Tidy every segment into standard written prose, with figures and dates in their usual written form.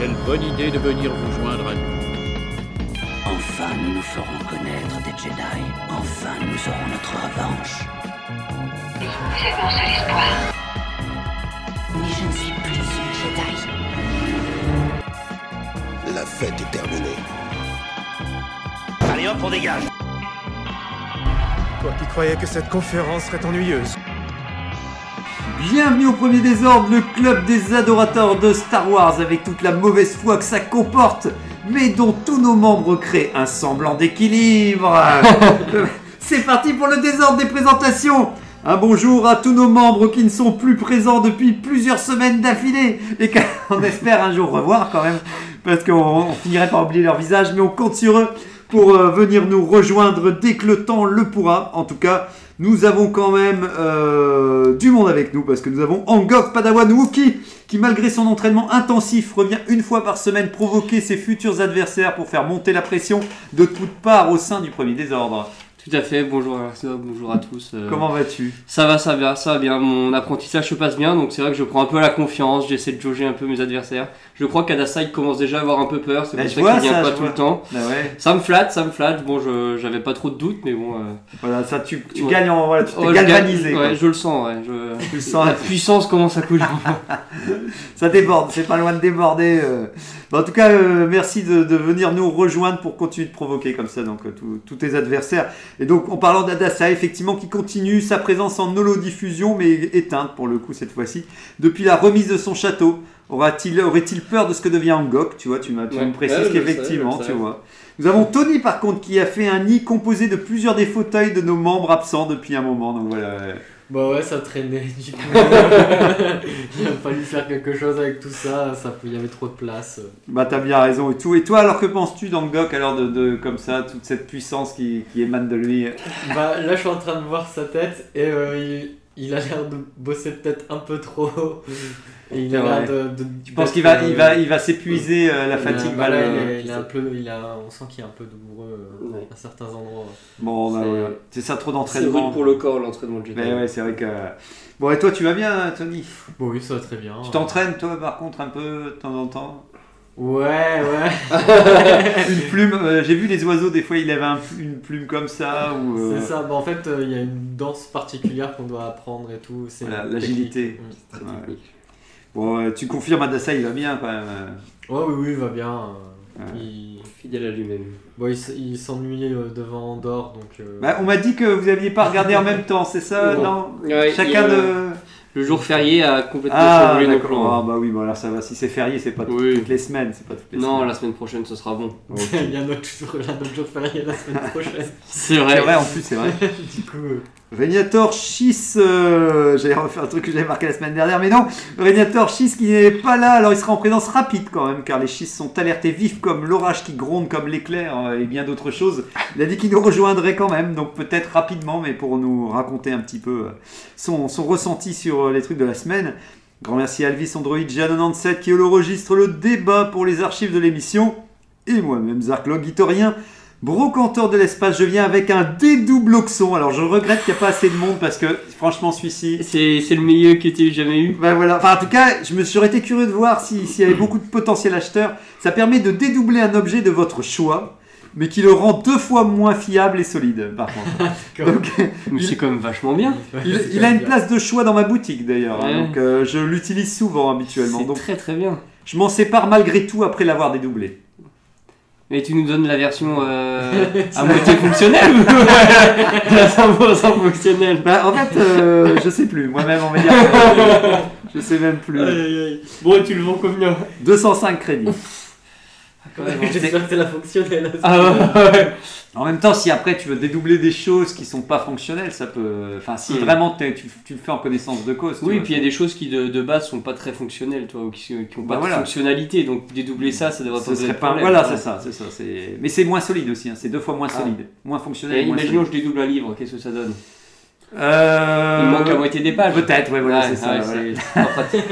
Quelle bonne idée de venir vous joindre à nous. Enfin, nous nous ferons connaître des Jedi. Enfin, nous aurons notre revanche. Oui, vous êtes mon seul espoir. Mais je ne suis plus une Jedi. La fête est terminée. Allez hop, on dégage. Toi qui croyais que cette conférence serait ennuyeuse. Bienvenue au Premier Désordre, le club des adorateurs de Star Wars avec toute la mauvaise foi que ça comporte, mais dont tous nos membres créent un semblant d'équilibre. C'est parti pour le désordre des présentations. Un bonjour à tous nos membres qui ne sont plus présents depuis plusieurs semaines d'affilée et qu'on espère un jour revoir quand même, parce qu'on finirait par oublier leur visage, mais on compte sur eux pour venir nous rejoindre dès que le temps le pourra. En tout cas, nous avons quand même du monde avec nous parce que nous avons Angok Padawan Wookie qui, malgré son entraînement intensif, revient une fois par semaine provoquer ses futurs adversaires pour faire monter la pression de toutes parts au sein du Premier Désordre. Tout à fait, bonjour Arnaud, bonjour à tous. Comment vas-tu ? Ça va bien. Mon apprentissage se passe bien, donc c'est vrai que je prends un peu la confiance, j'essaie de jauger un peu mes adversaires. Je crois qu'Adasai commence déjà à avoir un peu peur, c'est pour ça qu'il vient pas tout le temps. Ah ouais. Ça me flatte. Bon, j'avais pas trop de doutes, mais bon. Voilà, ça tu ouais. Gagnes en. Voilà, tu t'es galvanisé. Ouais, je le sens, ouais. Tu le sens. La puissance commence à couler. Ça déborde, c'est pas loin de déborder. Bon, en tout cas, merci de venir nous rejoindre pour continuer de provoquer comme ça donc tous tes adversaires. Et donc, en parlant d'Adasai, effectivement, qui continue sa présence en holodiffusion, mais éteinte pour le coup cette fois-ci, depuis la remise de son château. Aurait-il peur de ce que devient Angok ? Tu vois, tu me précises qu'effectivement, tu vois. Nous avons Tony par contre qui a fait un nid composé de plusieurs des fauteuils de nos membres absents depuis un moment. Donc voilà. Bah ouais, ça traînait du coup. Il a fallu faire quelque chose avec tout ça, il y avait trop de place. Bah t'as bien raison et tout. Et toi alors que penses-tu d'Angok alors de comme ça, toute cette puissance qui émane de lui ? Bah là je suis en train de voir sa tête et il a l'air de bosser peut-être un peu trop. Et il a l'air de tu penses qu'il va s'épuiser, la fatigue va on sent qu'il est un peu douloureux à certains endroits. Bon, c'est ça trop d'entraînement. C'est rude pour le corps l'entraînement de Jedi. Mais ouais, c'est vrai que. Bon, et toi, tu vas bien, Tony ? Bon, oui, ça va très bien. Tu t'entraînes, toi, par contre, un peu, de temps en temps ? Ouais. Une plume, j'ai vu les oiseaux, des fois, ils lèvent une plume comme ça. Ou, C'est ça, en fait, il y a une danse particulière qu'on doit apprendre et tout. C'est voilà, l'agilité. C'est très technique. Bon, tu confirmes, Adasai, il va bien quand même. Oui, il va bien. Fidèle à lui-même. Bon, il s'ennuyait devant Andorre, donc... Bah, on m'a dit que vous n'aviez pas regardé en même temps, c'est ça, non ? Ouais, Chacun de... Le jour férié a complètement changé nos plans. Ah bah oui, bon alors ça va, si c'est férié, c'est pas toutes les semaines, Non, la semaine prochaine, ce sera bon. Okay. Il y a un autre jour férié la semaine prochaine. C'est vrai, en plus, c'est vrai. Du coup... Régnator Schiss, j'allais refaire un truc que j'avais marqué la semaine dernière, mais non, Régnator Schiss qui n'est pas là, alors il sera en présence rapide quand même, car les Schiss sont alertés vifs comme l'orage qui gronde comme l'éclair et bien d'autres choses. Il a dit qu'il nous rejoindrait quand même, donc peut-être rapidement, mais pour nous raconter un petit peu son ressenti sur les trucs de la semaine. Grand merci à Elvis Android J97 qui registre le débat pour les archives de l'émission, et moi-même Zarklog Guitorien, brocanteur de l'espace, je viens avec un dédoubloxon. Alors je regrette qu'il n'y a pas assez de monde parce que franchement celui-ci... C'est le meilleur que tu aies jamais eu. Ben voilà. Enfin, en tout cas, j'aurais été curieux de voir s'il y avait beaucoup de potentiels acheteurs. Ça permet de dédoubler un objet de votre choix, mais qui le rend 2 fois moins fiable et solide par contre. Donc, mais c'est quand même vachement bien. Il a une place de choix dans ma boutique d'ailleurs. Ouais. Donc je l'utilise souvent habituellement. C'est donc, très très bien. Je m'en sépare malgré tout après l'avoir dédoublé. Et tu nous donnes la version à moitié fonctionnelle ou la 100% fonctionnelle? Bah, en fait, je sais plus. Moi-même, on va dire. Je sais même plus. Bon, et tu le vends combien? 205 crédits. J'espère que c'est la fonctionnelle. Ouais. En même temps, si après tu veux dédoubler des choses qui sont pas fonctionnelles, ça peut. Enfin, si vraiment tu le fais en connaissance de cause. Oui, puis il y a des choses qui de base sont pas très fonctionnelles, toi, ou qui ont pas de fonctionnalité. Donc dédoubler ça devrait pas poser de problème. Voilà, c'est ça. Mais c'est moins solide aussi. C'est 2 fois moins solide, moins fonctionnel. Et imaginons que je dédouble un livre, qu'est-ce que ça donne? Il manque la moitié des pages. Peut-être, ouais, voilà, c'est ça. C'est pas pratique.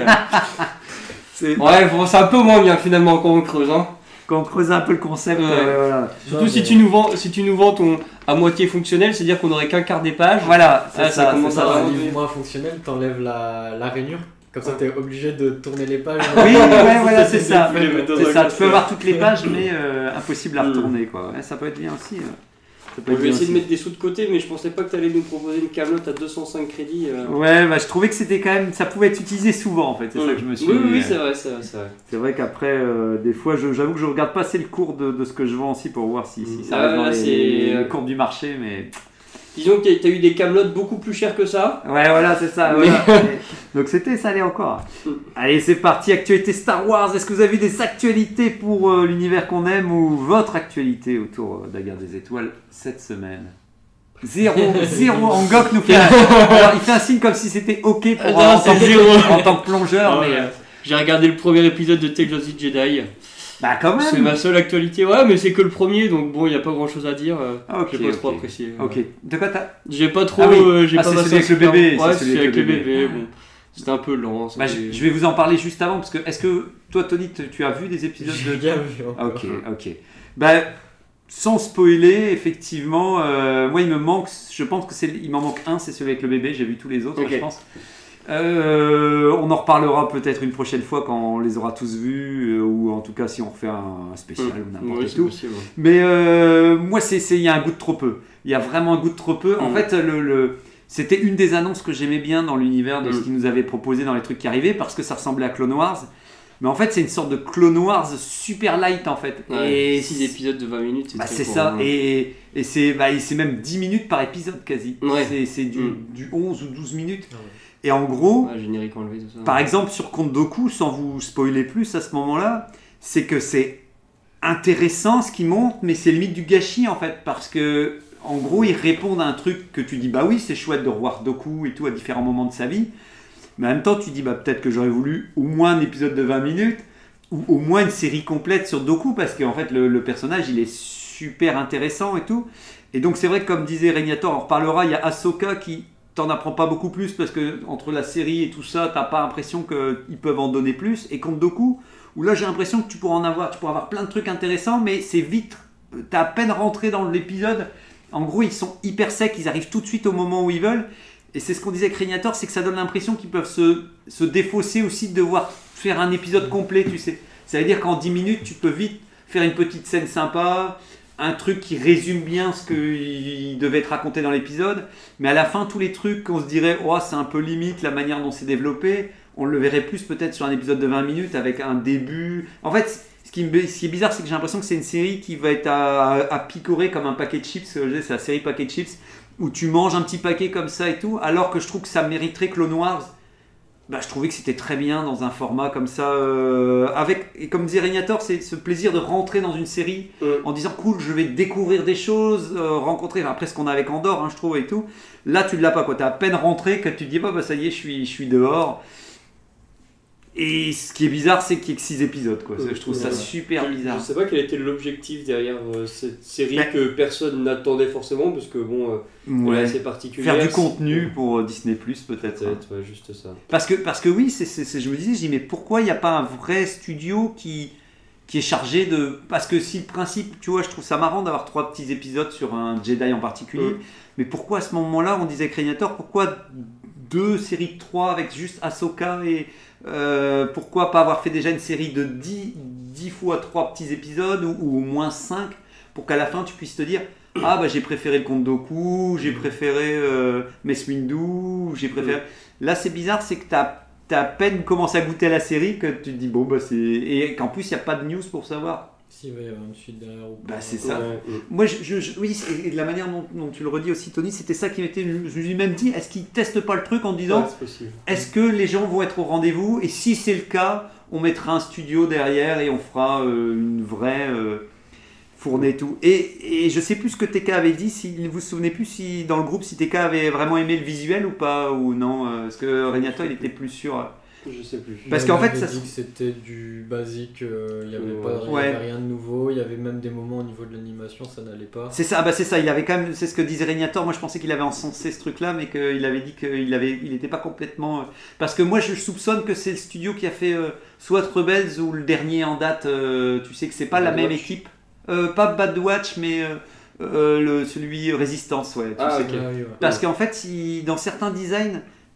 Ouais, bon, c'est un peu moins bien finalement quand on creuse, hein. Quand on creuse un peu le concept, voilà. Surtout si tu nous vends ton à moitié fonctionnel, c'est-à-dire qu'on n'aurait qu'un quart des pages. Voilà, ça commence à avoir un livre moins fonctionnel, t'enlèves la rainure. Comme ça, t'es obligé de tourner les pages. Oui, voilà, c'est ça. C'est ça. Tu peux avoir toutes les pages, mais impossible à retourner, quoi. Ça peut être bien aussi. On va essayer de mettre des sous de côté, mais je pensais pas que tu allais nous proposer une Camelot à 205 crédits. Ouais, je trouvais que c'était quand même, ça pouvait être utilisé souvent en fait, c'est ça que je me suis dit. Oui, c'est vrai. C'est vrai qu'après, des fois, j'avoue que je regarde pas assez le cours de ce que je vends aussi pour voir si ça reste dans les courbes du marché, mais... Disons que tu as eu des Camelots beaucoup plus chers que ça. Ouais, voilà, c'est ça. Mais... Voilà. Donc ça allait encore. Allez, c'est parti, actualité Star Wars. Est-ce que vous avez des actualités pour l'univers qu'on aime ou votre actualité autour de la guerre des étoiles cette semaine? Zéro. Angok nous fait alors, il fait un signe comme si c'était ok pour en tant que plongeur. Non, mais j'ai regardé le premier épisode de Tales of the Jedi. Bah quand même. C'est ma seule actualité, ouais, mais c'est que le premier, donc bon, il n'y a pas grand chose à dire. J'ai pas trop apprécié. Ok. De quoi t'as? J'ai pas trop. J'ai pas celui avec le bébé. Ouais, c'est avec le bébé. Bon, c'était un peu lent. Je vais vous en parler juste avant parce que est-ce que toi, Tony, tu as vu des épisodes de? J'ai bien vu. Ok. Bah sans spoiler, effectivement, moi il me manque. Je pense que il m'en manque un, c'est celui avec le bébé. J'ai vu tous les autres, je pense. On en reparlera peut-être une prochaine fois quand on les aura tous vus ou en tout cas si on refait un spécial ou n'importe tout. Possible, ouais. Mais moi il y a un goût de trop peu. Il y a vraiment un goût de trop peu. En fait c'était une des annonces que j'aimais bien dans l'univers de ce qu'ils nous avaient proposé dans les trucs qui arrivaient parce que ça ressemblait à Clone Wars. Mais en fait c'est une sorte de Clone Wars super light en fait. Ouais, et 6 épisodes de 20 minutes. C'est ça. Et c'est même 10 minutes par épisode quasi. Ouais. C'est du 11 ou 12 minutes. Ouais. Et en gros, générique enlevé, tout ça. Par exemple, sur Count Dooku, sans vous spoiler plus à ce moment-là, c'est que c'est intéressant ce qu'ils montrent, mais c'est limite du gâchis en fait, parce que en gros, ils répondent à un truc que tu dis, bah oui, c'est chouette de revoir Dooku et tout à différents moments de sa vie, mais en même temps, tu dis, bah peut-être que j'aurais voulu au moins un épisode de 20 minutes, ou au moins une série complète sur Dooku, parce qu'en fait, le personnage, il est super intéressant et tout. Et donc, c'est vrai que comme disait Régnator, on en reparlera, il y a Ahsoka qui... T'en apprends pas beaucoup plus parce que entre la série et tout ça, t'as pas l'impression qu'ils peuvent en donner plus. Et Count Dooku, où là j'ai l'impression que tu pourras avoir plein de trucs intéressants, mais c'est vite, t'as à peine rentré dans l'épisode. En gros, ils sont hyper secs, ils arrivent tout de suite au moment où ils veulent. Et c'est ce qu'on disait avec Régnator, c'est que ça donne l'impression qu'ils peuvent se défausser aussi de devoir faire un épisode complet, tu sais. Ça veut dire qu'en 10 minutes, tu peux vite faire une petite scène sympa, un truc qui résume bien ce qu'il devait être raconté dans l'épisode, mais à la fin, tous les trucs qu'on se dirait « Oh, c'est un peu limite la manière dont c'est développé », on le verrait plus peut-être sur un épisode de 20 minutes avec un début. En fait, ce qui est bizarre, c'est que j'ai l'impression que c'est une série qui va être à picorer comme un paquet de chips, c'est la série paquet de chips, où tu manges un petit paquet comme ça et tout, alors que je trouve que ça mériterait Clone Wars. Je trouvais que c'était très bien dans un format comme ça, et comme disait Régnator, c'est ce plaisir de rentrer dans une série en disant cool, je vais découvrir des choses, rencontrer, après ce qu'on a avec Andorre, je trouve et tout. Là, tu ne l'as pas, quoi. Tu as à peine rentré que tu te dis ça y est, je suis dehors. Et ce qui est bizarre, c'est qu'il y ait que 6 épisodes, quoi. Je trouve ça super bizarre. Je sais pas quel était l'objectif derrière cette série que personne n'attendait forcément, parce que elle est assez particulière. Faire du contenu pour Disney+, peut-être. Peut-être, ouais, juste ça. Parce que oui, je me disais, mais pourquoi il n'y a pas un vrai studio qui est chargé de... Parce que si le principe, tu vois, je trouve ça marrant d'avoir 3 petits épisodes sur un Jedi en particulier, mais pourquoi à ce moment-là, on disait avec Régnator, pourquoi 2 séries de 3 avec juste Ahsoka et... pourquoi pas avoir fait déjà une série de 10 fois 3 petits épisodes ou au moins 5 pour qu'à la fin tu puisses te dire j'ai préféré le Count Dooku, j'ai préféré Mace Windu, j'ai préféré... Là c'est bizarre, c'est que t'as à peine commencé à goûter à la série que tu te dis c'est... Et qu'en plus il n'y a pas de news pour savoir s'il va y avoir une suite derrière ou pas. C'est ça. Moi, oui, et de la manière dont tu le redis aussi, Tony, c'était ça qui m'était. Je me suis même dit, est-ce qu'ils testent pas le truc en disant, est-ce que les gens vont être au rendez-vous? Et si c'est le cas, on mettra un studio derrière et on fera une vraie fournée et tout. Et je sais plus ce que TK avait dit. Si vous vous souvenez plus si dans le groupe, si TK avait vraiment aimé le visuel ou pas ou non, parce que Régnator, il était plus sûr. Je sais plus. Parce qu'en fait, ça dit que c'était du basique, il n'y avait rien de nouveau, il y avait même des moments au niveau de l'animation, ça n'allait pas. C'est ça, c'est ça, il avait quand même, c'est ce que disait Régnator, moi je pensais qu'il avait encensé ce truc-là, mais qu'il avait dit qu'il n'était pas complètement... Parce que moi je soupçonne que c'est le studio qui a fait soit Rebels ou le dernier en date, tu sais que c'est pas la même équipe. Pas Bad Batch, mais... celui Résistance, ouais. Parce qu'en fait, dans certains designs,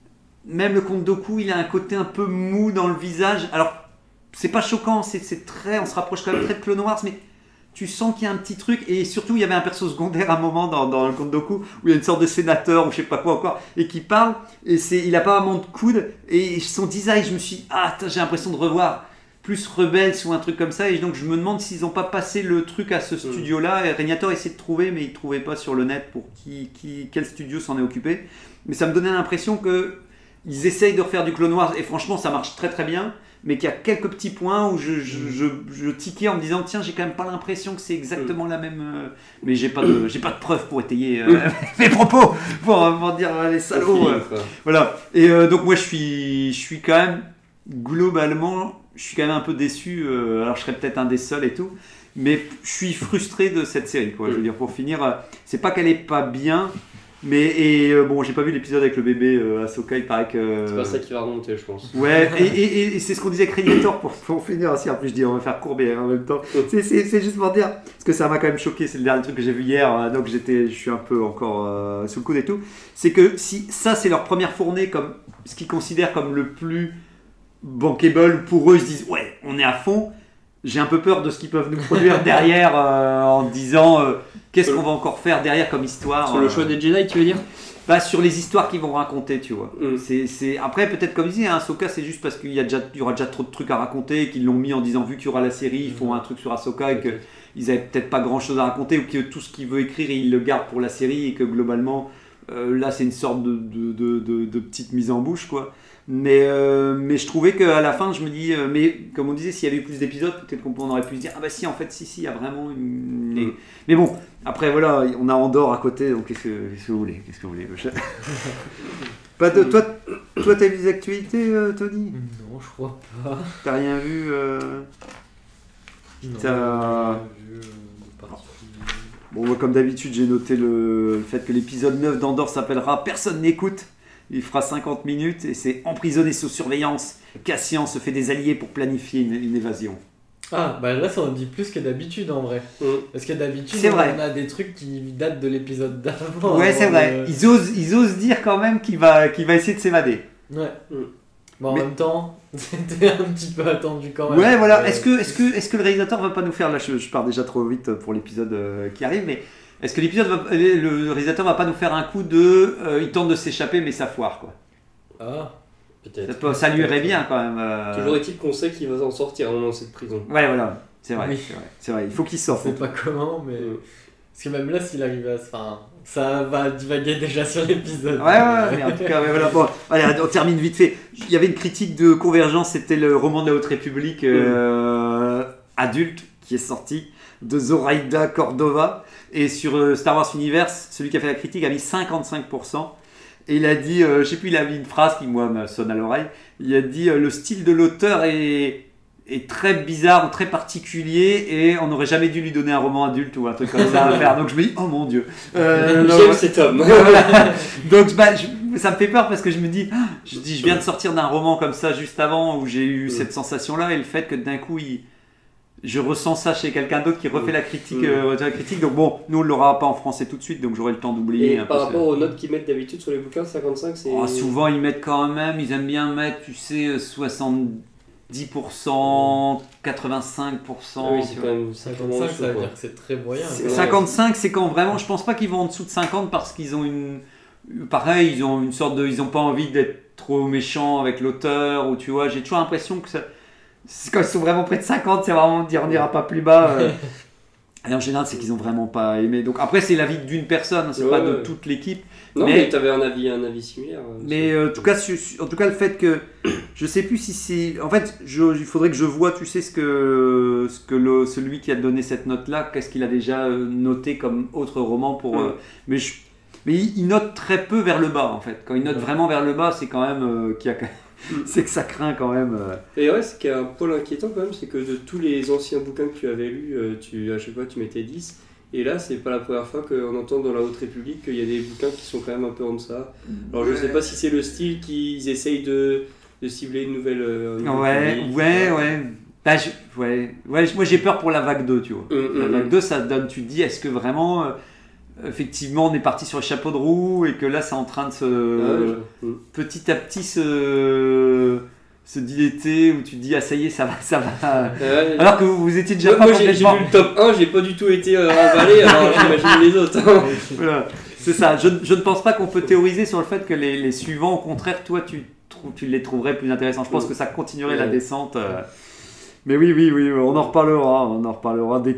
même le comte Doku, il a un côté un peu mou dans le visage. Alors, c'est pas choquant, c'est très, on se rapproche quand même très de Clone Wars, mais tu sens qu'il y a un petit truc. Et surtout, il y avait un perso secondaire à un moment dans le comte Doku où il y a une sorte de sénateur ou je sais pas quoi encore et qui parle. Et il a pas vraiment de coude. Et son design, je me suis dit, j'ai l'impression de revoir plus Rebels ou un truc comme ça. Et donc, je me demande s'ils n'ont pas passé le truc à ce studio-là. Et Régnator essayait de trouver, mais il ne trouvait pas sur le net pour quel studio s'en est occupé. Mais ça me donnait l'impression qu'ils essayent de refaire du Clone Wars. Et franchement, ça marche très très bien. Mais qu'il y a quelques petits points où je tiquais en me disant tiens, j'ai quand même pas l'impression que c'est exactement la même. Mais j'ai pas de preuves pour étayer mes propos, pour dire les salauds. Voilà. Et donc moi je suis quand même globalement, je suis quand même un peu déçu. Alors je serais peut-être un des seuls et tout, mais je suis frustré de cette série, quoi. Je veux dire, pour finir, c'est pas qu'elle est pas bien. Mais bon, j'ai pas vu l'épisode avec le bébé Ahsoka, il paraît que. C'est pas ça qui va remonter, je pense. Ouais, et c'est ce qu'on disait avec Régnator pour finir aussi. En plus, je dis, on va faire courber en même temps. C'est juste pour dire, parce que ça m'a quand même choqué, c'est le dernier truc que j'ai vu hier, donc je suis un peu encore sous le coude et tout. C'est que si ça, c'est leur première fournée, comme ce qu'ils considèrent comme le plus bankable pour eux, ils se disent, ouais, on est à fond. J'ai un peu peur de ce qu'ils peuvent nous produire derrière en disant qu'est-ce qu'on va encore faire derrière comme histoire. Sur le choix des Jedi, tu veux dire ? Bah, sur les histoires qu'ils vont raconter, tu vois. Après, peut-être comme je disais, Ahsoka, c'est juste parce qu'il y aura déjà trop de trucs à raconter, qu'ils l'ont mis en disant vu qu'il y aura la série, ils font un truc sur Ahsoka et qu'ils avaient peut-être pas grand-chose à raconter ou que tout ce qu'il veut écrire, il le garde pour la série et que globalement, là, c'est une sorte de petite mise en bouche, quoi. Mais je trouvais qu'à la fin, je me dis, mais comme on disait, s'il y avait eu plus d'épisodes, peut-être qu'on aurait pu se dire, ah bah si, en fait, si, il y a vraiment une. Mais bon, après voilà, on a Andorre à côté, donc qu'est-ce que vous voulez Pas de, toi, t'as vu des actualités, Tony ? Non, je crois pas. T'as rien vu Non, t'as rien vu de particulier. Bon, moi, comme d'habitude, j'ai noté le fait que l'épisode 9 d'Andorre s'appellera Personne n'écoute. Il fera 50 minutes et c'est emprisonné sous surveillance. Cassian se fait des alliés pour planifier une évasion. Ah, bah là ça en dit plus que d'habitude en vrai. Parce que d'habitude c'est vrai. On a des trucs qui datent de l'épisode d'avant. Ouais, c'est vrai. Ils osent dire quand même qu'il va essayer de s'évader. Ouais. Bon, en même temps, c'était un petit peu attendu quand même. Ouais, voilà. Est-ce que le réalisateur va pas nous faire... Là, je pars déjà trop vite pour l'épisode qui arrive, mais... Est-ce que le réalisateur va pas nous faire un coup de il tente de s'échapper mais ça foire, quoi. Ah, peut-être. Ça lui irait bien quand même. Toujours est-il qu'on sait qu'il va s'en sortir dans cette prison. Ouais, voilà, c'est vrai, oui. c'est vrai. Il faut qu'il sorte. Je sais pas comment, mais parce que même là, s'il arrive à, enfin, ça va divaguer déjà sur l'épisode. Ouais, mais en tout cas, voilà. Bon, allez, on termine vite fait. Il y avait une critique de Convergence, c'était le roman de la Haute République adulte qui est sorti de Zoraida Cordova. Et sur Star Wars Universe, celui qui a fait la critique a mis 55%. Et il a dit, je sais plus, il a mis une phrase qui, moi, me sonne à l'oreille. Il a dit, le style de l'auteur est très bizarre ou très particulier et on n'aurait jamais dû lui donner un roman adulte ou un truc comme ça à faire. Donc je me dis, oh mon Dieu. J'aime cet homme. Voilà. Donc ça me fait peur parce que je me dis, je viens de sortir d'un roman comme ça juste avant où j'ai eu cette sensation-là et le fait que d'un coup, je ressens ça chez quelqu'un d'autre qui refait la critique. Donc bon, nous on ne l'aura pas en français tout de suite, donc j'aurai le temps d'oublier. Et par rapport aux notes qu'ils mettent d'habitude sur les bouquins, 55, c'est... souvent ils mettent quand même, ils aiment bien mettre, tu sais, 70%, 85%. Ah oui, c'est quand même 55, ça veut dire que c'est très moyen. 55, c'est quand vraiment, je pense pas qu'ils vont en dessous de 50 parce qu'ils ont ils ont une sorte de... Ils n'ont pas envie d'être trop méchants avec l'auteur, ou tu vois, j'ai toujours l'impression que ça... Quand ils sont vraiment près de 50, c'est vraiment dire on n'ira pas plus bas. Et en général, c'est qu'ils ont vraiment pas aimé. Donc après, c'est l'avis d'une personne, c'est pas de toute l'équipe. Non, mais tu avais un avis similaire. Mais en tout cas, le fait que je sais plus si c'est. En fait, il faudrait que je vois, tu sais, celui qui a donné cette note-là, qu'est-ce qu'il a déjà noté comme autre roman pour. Mais il note très peu vers le bas, en fait. Quand il note vraiment vers le bas, c'est quand même c'est que ça craint quand même. Et ouais, ce qui est un pôle inquiétant quand même, c'est que de tous les anciens bouquins que tu avais lus, à chaque fois tu mettais 10. Et là, c'est pas la première fois qu'on entend dans la Haute République qu'il y a des bouquins qui sont quand même un peu en deska. Alors je sais pas si c'est le style qu'ils essayent de cibler une nouvelle. Moi j'ai peur pour la vague 2, tu vois. La vague 2, ça donne, tu te dis, est-ce que vraiment. effectivement on est parti sur le chapeau de roue et que là c'est en train de petit à petit se dilater où tu te dis ah ça y est ça va alors que vous étiez déjà pas complètement... J'ai vu le top 1, j'ai pas du tout été emballé, alors j'imagine les autres. Voilà, c'est ça, je ne pense pas qu'on peut théoriser sur le fait que les suivants au contraire toi tu les trouverais plus intéressants, je pense que ça continuerait la descente mais oui, on en reparlera dès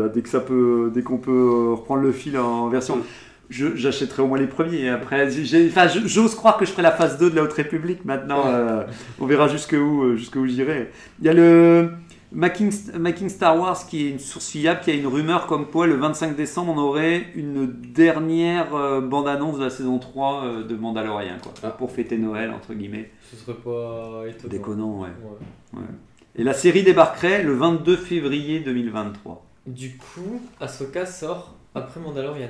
qu'on peut reprendre le fil en version. J'achèterai au moins les premiers et après j'ose croire que je ferai la phase 2 de la Haute République maintenant. On verra jusqu'où j'irai. Il y a le Making Star Wars qui est une source fiable, qui a une rumeur comme quoi le 25 décembre on aurait une dernière bande-annonce de la saison 3 de Mandalorian pour fêter Noël entre guillemets. Ce serait pas étonnant. Déconnant, ouais. Et la série débarquerait le 22 février 2023. Du coup, Ahsoka sort après Mandalorian.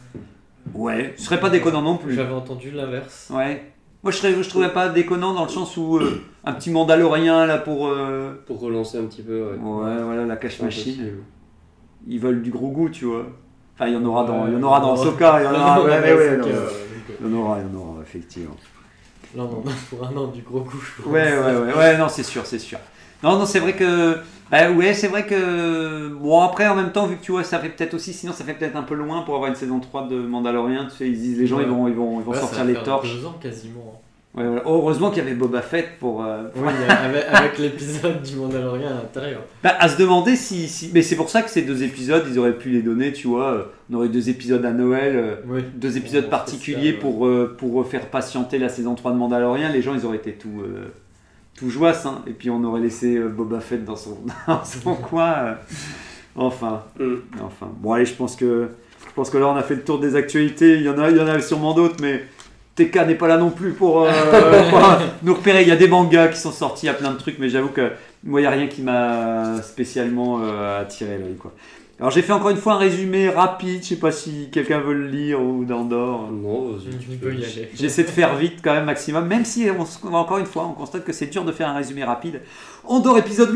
Ouais, ce serait pas déconnant non plus. J'avais entendu l'inverse. Ouais. Moi je trouvais pas déconnant dans le sens où un petit Mandalorien là pour relancer un petit peu. Ouais, voilà la cache machine. Ils veulent du gros goût, tu vois. Enfin, il y en aura dans Ahsoka, il y en aura. Il y en aura effectivement. Là, on en a pour un an du gros goût. Ouais, non, c'est sûr. Non, c'est vrai que. C'est vrai que. Bon, après, en même temps, vu que tu vois, ça fait peut-être aussi. Sinon, ça fait peut-être un peu loin pour avoir une saison 3 de Mandalorian. Tu sais, ils disent, les gens, ils vont sortir les torches. 2 ans quasiment. Ouais, voilà. Heureusement qu'il y avait Boba Fett pour. Oui, avec l'épisode du Mandalorian à l'intérieur. À se demander si. Mais c'est pour ça que ces 2 épisodes, ils auraient pu les donner, tu vois. On aurait 2 épisodes à Noël, 2 épisodes particuliers pour faire patienter la saison 3 de Mandalorian. Les gens, ils auraient été tout jouasse, hein. Et puis on aurait laissé Boba Fett dans son coin. Enfin. Bon, allez, je pense que là, on a fait le tour des actualités. Il y en a sûrement d'autres, mais. TK n'est pas là non plus pour nous repérer. Il y a des mangas qui sont sortis, il y a plein de trucs, mais j'avoue que moi, il n'y a rien qui m'a spécialement attiré l'œil, quoi. Alors, j'ai fait encore une fois un résumé rapide. Je sais pas si quelqu'un veut le lire ou d'Andorre. Non, tu peux y aller. J'essaie de faire vite quand même maximum, même si encore une fois, on constate que c'est dur de faire un résumé rapide. Andorre épisode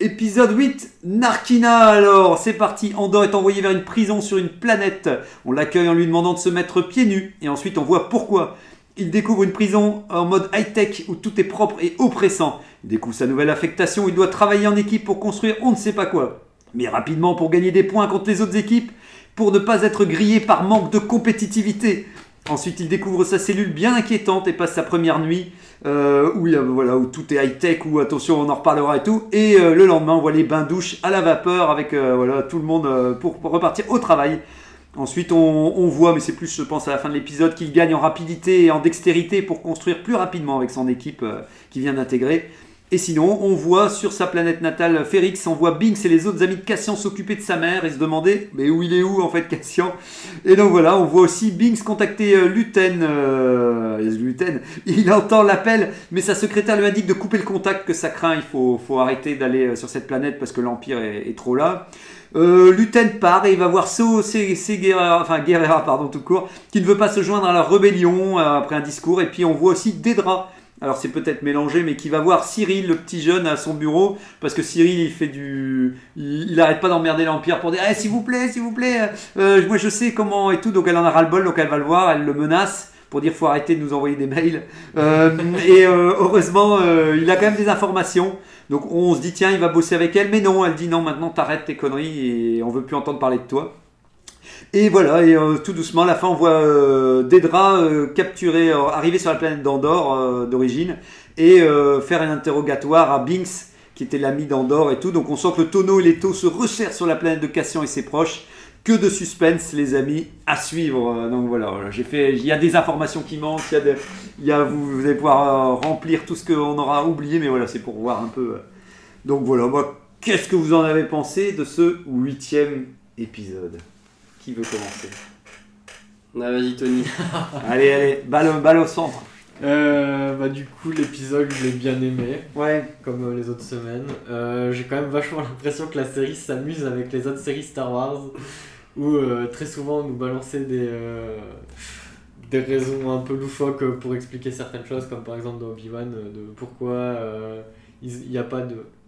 8, Narkina. Alors, c'est parti. Andorre est envoyé vers une prison sur une planète. On l'accueille en lui demandant de se mettre pieds nus, et ensuite on voit pourquoi. Il découvre une prison en mode high-tech où tout est propre et oppressant. Il découvre sa nouvelle affectation, il doit travailler en équipe pour construire on ne sait pas quoi. Mais rapidement pour gagner des points contre les autres équipes, pour ne pas être grillé par manque de compétitivité. Ensuite, il découvre sa cellule bien inquiétante et passe sa première nuit où tout est high-tech, où attention, on en reparlera et tout. Et le lendemain, on voit les bains-douches à la vapeur avec tout le monde pour repartir au travail. Ensuite, on voit, mais c'est plus, je pense, à la fin de l'épisode, qu'il gagne en rapidité et en dextérité pour construire plus rapidement avec son équipe qui vient d'intégrer. Et sinon, on voit sur sa planète natale, Férix, on voit Binks et les autres amis de Cassian s'occuper de sa mère et se demander mais où il est où en fait Cassian. Et donc voilà, on voit aussi Binks contacter Luten. Il entend l'appel, mais sa secrétaire lui indique de couper le contact, que ça craint, il faut arrêter d'aller sur cette planète parce que l'Empire est trop là. Luten part et il va voir Guerrera, tout court, qui ne veut pas se joindre à la rébellion après un discours. Et puis on voit aussi Dedra. Alors c'est peut-être mélangé, mais qui va voir Cyril, le petit jeune, à son bureau, parce que Cyril, il arrête pas d'emmerder l'Empire pour dire « s'il vous plaît, moi je sais comment et tout », donc elle en a ras-le-bol, donc elle va le voir, elle le menace pour dire « faut arrêter de nous envoyer des mails ». Heureusement, il a quand même des informations, donc on se dit « tiens, il va bosser avec elle », mais non, elle dit « non, maintenant t'arrêtes tes conneries et on veut plus entendre parler de toi ». Et voilà, et tout doucement, à la fin, on voit Dedra arriver sur la planète d'Andorre d'origine et faire un interrogatoire à Binks, qui était l'ami d'Andorre et tout. Donc on sent que le tonneau et l'étau se resserrent sur la planète de Cassian et ses proches. Que de suspense, les amis, à suivre. Donc voilà, il y a des informations qui manquent, vous allez pouvoir remplir tout ce qu'on aura oublié, mais voilà, c'est pour voir un peu. Donc voilà, moi, qu'est-ce que vous en avez pensé de ce 8e épisode ? Qui veut commencer ? Vas-y Tony. Allez, balle au centre. Du coup, l'épisode, je l'ai bien aimé. Ouais. Comme les autres semaines. J'ai quand même vachement l'impression que la série s'amuse avec les autres séries Star Wars, où très souvent on nous balançait des raisons un peu loufoques pour expliquer certaines choses, comme par exemple dans Obi-Wan, de pourquoi il n'y a pas de...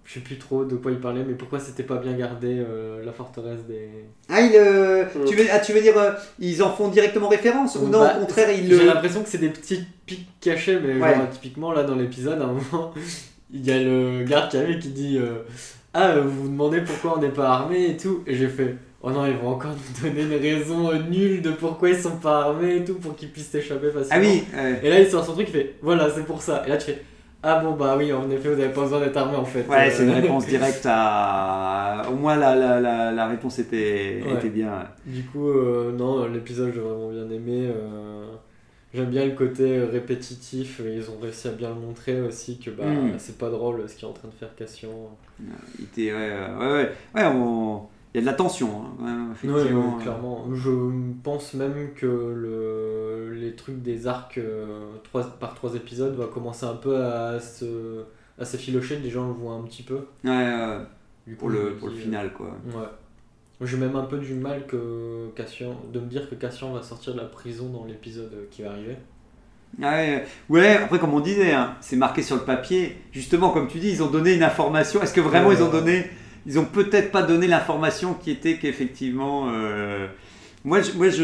Je sais plus trop de quoi il parlait, mais pourquoi c'était pas bien gardé la forteresse des... Ah, tu veux dire, ils en font directement référence ou non, au contraire, J'ai l'impression que c'est des petits pics cachés, mais Ouais. genre, typiquement, là, dans l'épisode, à un moment, il y a le garde qui arrive et qui dit vous vous demandez pourquoi on n'est pas armé et tout. Et j'ai fait oh non, ils vont encore nous donner une raison nulle de pourquoi ils sont pas armés et tout pour qu'ils puissent s'échapper facilement. Ah oui. Et là, il sort son truc, il fait voilà, c'est pour ça. Et là, tu fais ah bon, bah oui, en effet, vous n'avez pas besoin d'être armé en fait. Ouais, c'est une réponse directe à. Au moins la réponse était bien. Du coup, non, l'épisode, j'ai vraiment bien aimé. J'aime bien le côté répétitif. Ils ont réussi à bien le montrer aussi que c'est pas drôle ce qu'il est en train de faire Cassian. Il était. Ouais, il y a de la tension, hein, quand même, effectivement. Ouais, clairement. Je pense même que les trucs des arcs par 3 épisodes va commencer un peu à s'effilocher. Les gens le voient un petit peu. Ouais, pour le final, quoi. Ouais. J'ai même un peu du mal de me dire que Cassian va sortir de la prison dans l'épisode qui va arriver. Ouais, après comme on disait, hein, c'est marqué sur le papier. Justement, comme tu dis, ils ont donné une information. Est-ce que vraiment ils ont peut-être pas donné l'information qui était qu'effectivement... Moi,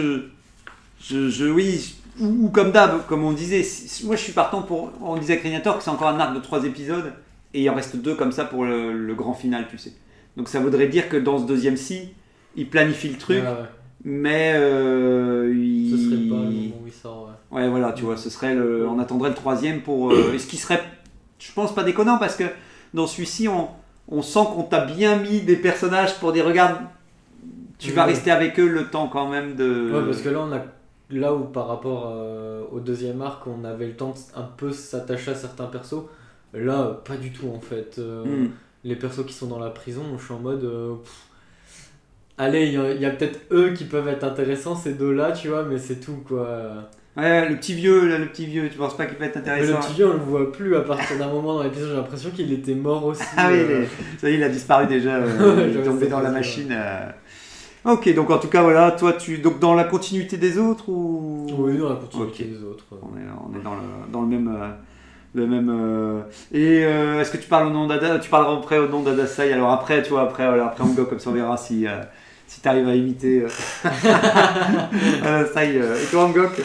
ou comme d'hab, comme on disait, moi je suis partant pour... On disait à Créator que c'est encore un arc de 3 épisodes et il en reste 2 comme ça pour le grand final, tu sais. Donc ça voudrait dire que dans ce deuxième-ci, il planifie le truc, mais ce serait pas le moment où il sort. Ouais, voilà, tu vois, ce serait on attendrait le 3e pour... ce qui serait, je pense, pas déconnant parce que dans celui-ci, on sent qu'on t'a bien mis des personnages pour dire regarde, tu vas rester avec eux le temps quand même de... Ouais, parce que là où par rapport au deuxième arc, on avait le temps de un peu s'attacher à certains persos, là, pas du tout en fait. Les persos qui sont dans la prison, je suis en mode... allez, il y a peut-être eux qui peuvent être intéressants, ces deux-là, tu vois, mais c'est tout, quoi. Ouais, le petit vieux, tu penses pas qu'il peut être intéressant? Mais le petit vieux, on le voit plus à partir d'un moment dans l'épisode, j'ai l'impression qu'il était mort aussi. Ah oui, ça y est, il a disparu déjà, il est tombé dans la machine. Ok, donc en tout cas, voilà, toi, donc dans la continuité des autres ou... Oui, dans la continuité des autres. On est dans le même... Et est-ce que tu parles au nom d'Ada? Tu parleras après au nom d'Adasai. Alors après, tu vois, après on go comme ça, on verra si tu arrives à imiter Adasai. Et toi, Angok?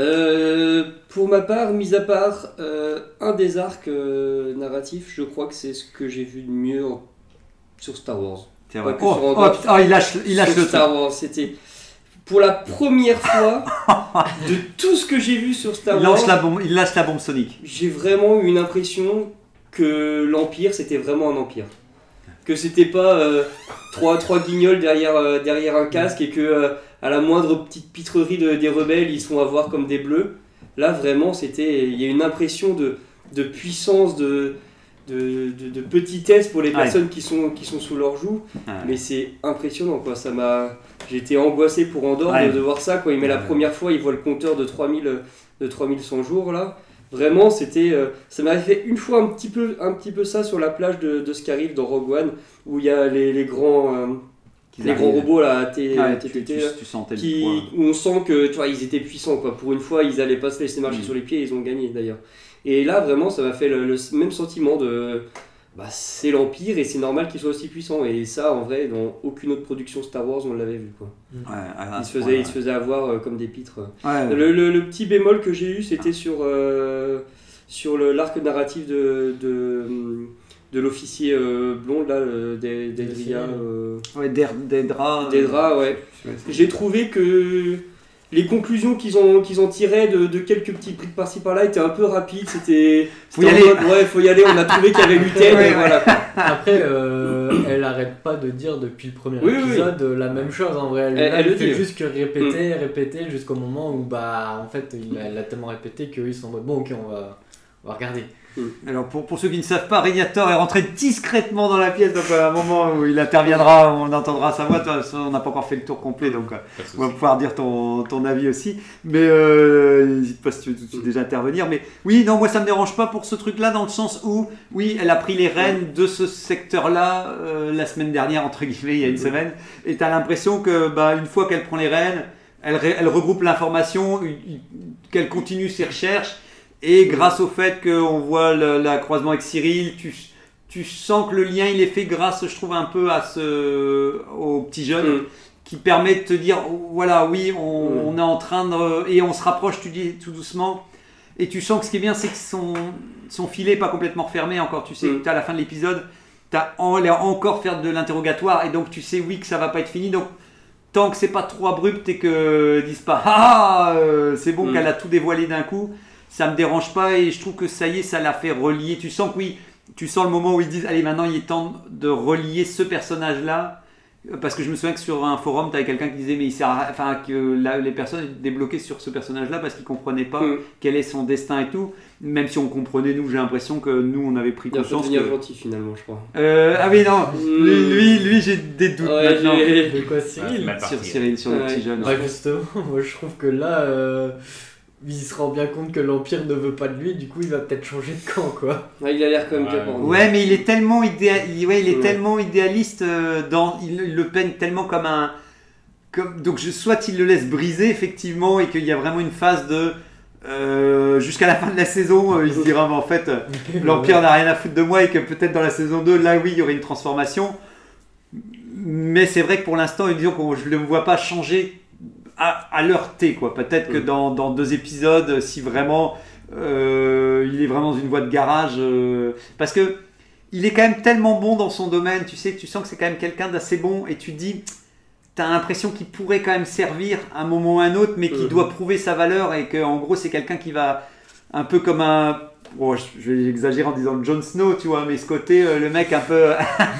Pour ma part, mis à part un des arcs narratifs, je crois que c'est ce que j'ai vu de mieux sur Star Wars. C'est vrai. Il lâche le Star Wars. C'était pour la première fois de tout ce que j'ai vu sur Star Wars. Il lâche la bombe sonique. J'ai vraiment eu une impression que l'Empire, c'était vraiment un empire. Que c'était pas trois guignols derrière un casque et que à la moindre petite pitrerie des rebelles, ils se font avoir comme des bleus. Là, vraiment, il y a une impression de puissance, de petitesse pour les personnes qui sont sous leur joug. Mais c'est impressionnant, quoi. J'ai été angoissé pour Andorre de voir ça, quoi. La première fois, il voit le compteur de 3100 jours, là. Vraiment, ça m'avait fait une fois un petit peu ça sur la plage de Scarif dans Rogue One, où il y a les grands robots là, TTT, tu sentais le poids. où on sent que tu vois, ils étaient puissants, quoi. Pour une fois, ils n'allaient pas se laisser marcher sur les pieds, et ils ont gagné d'ailleurs. Et là, vraiment, ça m'a fait le même sentiment de c'est l'Empire et c'est normal qu'il soit aussi puissant. Et ça, en vrai, dans aucune autre production Star Wars, on l'avait vu, quoi. Il se faisait avoir comme des pitres. Le petit bémol que j'ai eu, c'était sur l'arc narratif de l'officier blond, là, d'Edria. D'Edra, ouais. J'ai trouvé que les conclusions qu'ils en tiraient de quelques petits briques par-ci par-là étaient un peu rapides. Faut y aller. Faut y aller. On a trouvé qu'il y avait l'UTED. Voilà. Après, elle arrête pas de dire depuis le premier épisode la même chose en vrai. Elle le fait juste que répéter jusqu'au moment où en fait elle a tellement répété qu'ils sont en mode bon ok on va regarder. Alors pour ceux qui ne savent pas, Régnator est rentré discrètement dans la pièce, donc à un moment où il interviendra, on entendra sa voix. On n'a pas encore fait le tour complet, donc on va pouvoir dire ton avis aussi. Mais n'hésite pas si tu veux déjà intervenir. Mais oui, non, moi ça me dérange pas pour ce truc-là, dans le sens où, oui, elle a pris les rênes de ce secteur-là la semaine dernière, entre guillemets, il y a une semaine, et tu as l'impression que une fois qu'elle prend les rênes, elle regroupe l'information, qu'elle continue ses recherches. Et grâce au fait qu'on voit le croisement avec Cyril, tu sens que le lien il est fait grâce, je trouve, un peu au petit jeune qui permet de te dire, voilà, oui, on est en train de... Et on se rapproche, tu dis, tout doucement. Et tu sens que ce qui est bien, c'est que son filet n'est pas complètement refermé encore. Tu sais que à la fin de l'épisode, tu as encore faire de l'interrogatoire. Et donc, tu sais, oui, que ça va pas être fini. Donc, tant que c'est pas trop abrupt et que disent pas c'est bon qu'elle a tout dévoilé d'un coup, ça me dérange pas. Et je trouve que ça y est, ça l'a fait relier. Tu sens que oui, tu sens le moment où ils disent, allez, maintenant, il est temps de relier ce personnage-là. Parce que je me souviens que sur un forum, tu avais quelqu'un qui disait mais les personnes étaient débloquées sur ce personnage-là parce qu'ils ne comprenaient pas quel est son destin et tout. Même si on comprenait, nous, j'ai l'impression que nous, on avait pris conscience. Il a devenir gentil finalement, je crois. Ah oui, non, lui j'ai des doutes maintenant. De quoi, Cyril? Sur Cyril, sur le petit jeune. Justement, moi je trouve que là, il se rend bien compte que l'Empire ne veut pas de lui, du coup il va peut-être changer de camp, quoi. Ouais, il a l'air quand même bien pour Ouais, mais il est tellement tellement idéaliste, il le peigne tellement comme un... Donc soit il le laisse briser, effectivement, et qu'il y a vraiment une phase de... jusqu'à la fin de la saison, il se dira, mais en fait, l'Empire n'a rien à foutre de moi, et que peut-être dans la saison 2, là oui, il y aurait une transformation. Mais c'est vrai que pour l'instant, disons que je ne le vois pas changer à l'heure T, quoi. Peut-être que dans 2 épisodes, si vraiment il est vraiment dans une voie de garage, parce que il est quand même tellement bon dans son domaine, tu sais, que tu sens que c'est quand même quelqu'un d'assez bon, et tu te dis, t'as l'impression qu'il pourrait quand même servir à un moment ou à un autre, mais qu'il doit prouver sa valeur, et qu'en gros c'est quelqu'un qui va un peu comme un... Bon, je vais exagérer en disant Jon Snow, tu vois, mais ce côté, le mec un peu...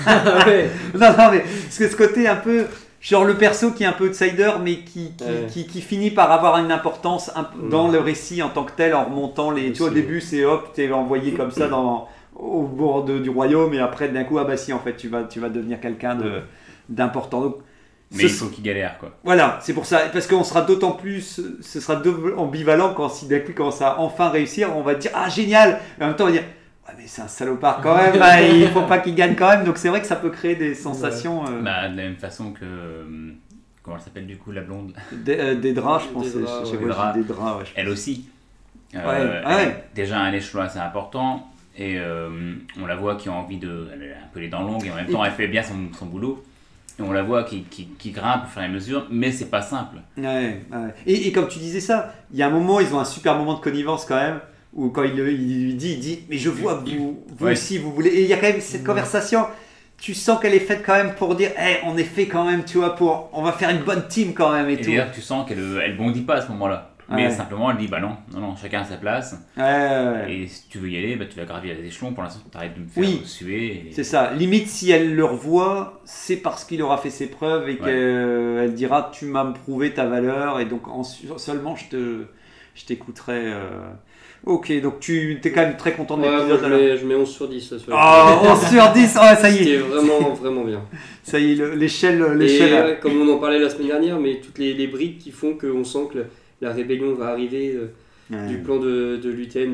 non, mais ce côté un peu... Genre le perso qui est un peu outsider, mais qui finit par avoir une importance dans le récit en tant que tel, en remontant les... Tu vois, au début, c'est hop, t'es envoyé comme ça au bord du royaume, et après, d'un coup, ah bah si, en fait, tu vas devenir quelqu'un d'important. Donc, mais il faut qu'il galère, quoi. Voilà, c'est pour ça. Parce qu'on sera d'autant plus... Ce sera ambivalent quand si d'un coup, quand ça va enfin réussir, on va dire, ah, génial! Et en même temps, on va dire... mais c'est un salopard quand même, il faut pas qu'il gagne quand même, donc c'est vrai que ça peut créer des sensations. De la même façon que. Comment elle s'appelle du coup, la blonde? Des draps, je pensais. Des draps, elle aussi. Ouais. Déjà un échelon assez important, et on la voit qui a envie de. Elle a un peu les dents longues, et en même temps elle fait bien son boulot. Et on la voit qui grimpe au fur et à mesure, mais c'est pas simple. Ouais. Et comme tu disais ça, il y a un moment, ils ont un super moment de connivence quand même. Ou quand il lui dit mais je vois que vous aussi vous voulez, et il y a quand même cette conversation, tu sens qu'elle est faite quand même pour dire on est fait quand même, tu vois, on va faire une bonne team quand même, et tout. D'ailleurs tu sens qu'elle bondit pas à ce moment-là, mais simplement elle dit bah non, chacun à sa place, et si tu veux y aller, tu vas gravir les échelons, pour l'instant t'arrêtes de me faire suer, c'est ça, limite si elle le revoit, c'est parce qu'il aura fait ses preuves, et qu'elle dira tu m'as prouvé ta valeur, et donc seulement je t'écouterai. Ok, donc tu es quand même très content de l'épisode. Je mets 11 sur 10. 11 sur 10, ça y est. C'était vraiment, vraiment bien. Ça y est, l'échelle. Et comme on en parlait la semaine dernière, mais toutes les briques qui font qu'on sent que la rébellion va arriver, du plan de Luthien,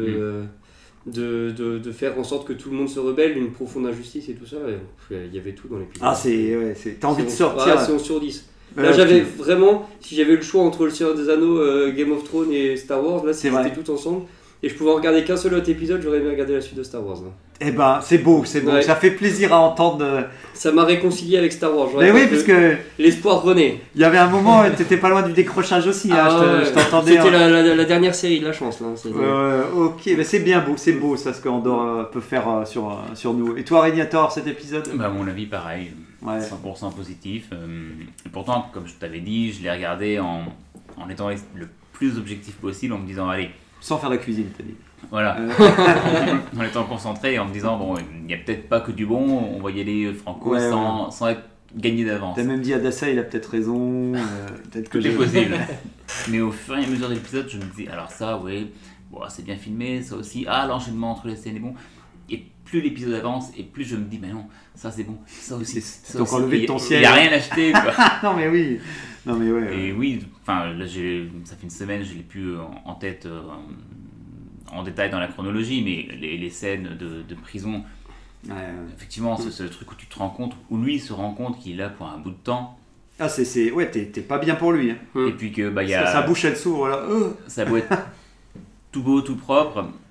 de faire en sorte que tout le monde se rebelle, une profonde injustice et tout ça. Il y avait tout dans l'épisode. Ah, t'as envie de sortir. C'est 11 sur 10. Là, j'avais vraiment, si j'avais le choix entre Le Seigneur des Anneaux, Game of Thrones et Star Wars, là c'était tout ensemble, et je pouvais en regarder qu'un seul autre épisode, j'aurais aimé regarder la suite de Star Wars. Là. Eh ben, c'est beau, ouais. Ça fait plaisir à entendre. Ça m'a réconcilié avec Star Wars. Mais oui, parce que l'espoir renaît. Il y avait un moment, t'étais pas loin du décrochage aussi, je t'entendais. C'était la dernière série de la chance, là. Ok, mais c'est bien beau, c'est beau ça, ce qu'Andor peut faire sur nous. Et toi, Régnator, cet épisode? À mon avis, pareil. 100% positif. Et pourtant, comme je t'avais dit, je l'ai regardé en étant le plus objectif possible, en me disant allez. Sans faire la cuisine, t'as dit. Voilà. En étant concentré et en me disant bon, il n'y a peut-être pas que du bon, on va y aller franco sans être gagné d'avance. T'as même dit Adassa, il a peut-être raison. Peut-être que tout est possible. Mais au fur et à mesure de l'épisode, je me disais alors ça, c'est bien filmé, ça aussi. Ah, l'enchaînement entre les scènes est bon. Et plus l'épisode avance, et plus je me dis, mais non, ça c'est bon, ça aussi. C'est encore levé de ton ciel. Il n'y a rien acheté, quoi. Non, mais oui. Et oui, enfin, là, ça fait une semaine, je l'ai plus en tête en détail dans la chronologie, mais les scènes de prison, effectivement, c'est ce truc où tu te rends compte, où lui se rend compte qu'il est là pour un bout de temps. Ah, t'es pas bien pour lui. Hein. Et puis que, y a. Sa bouche, elle s'ouvre, là. Ça doit être tout beau, tout propre.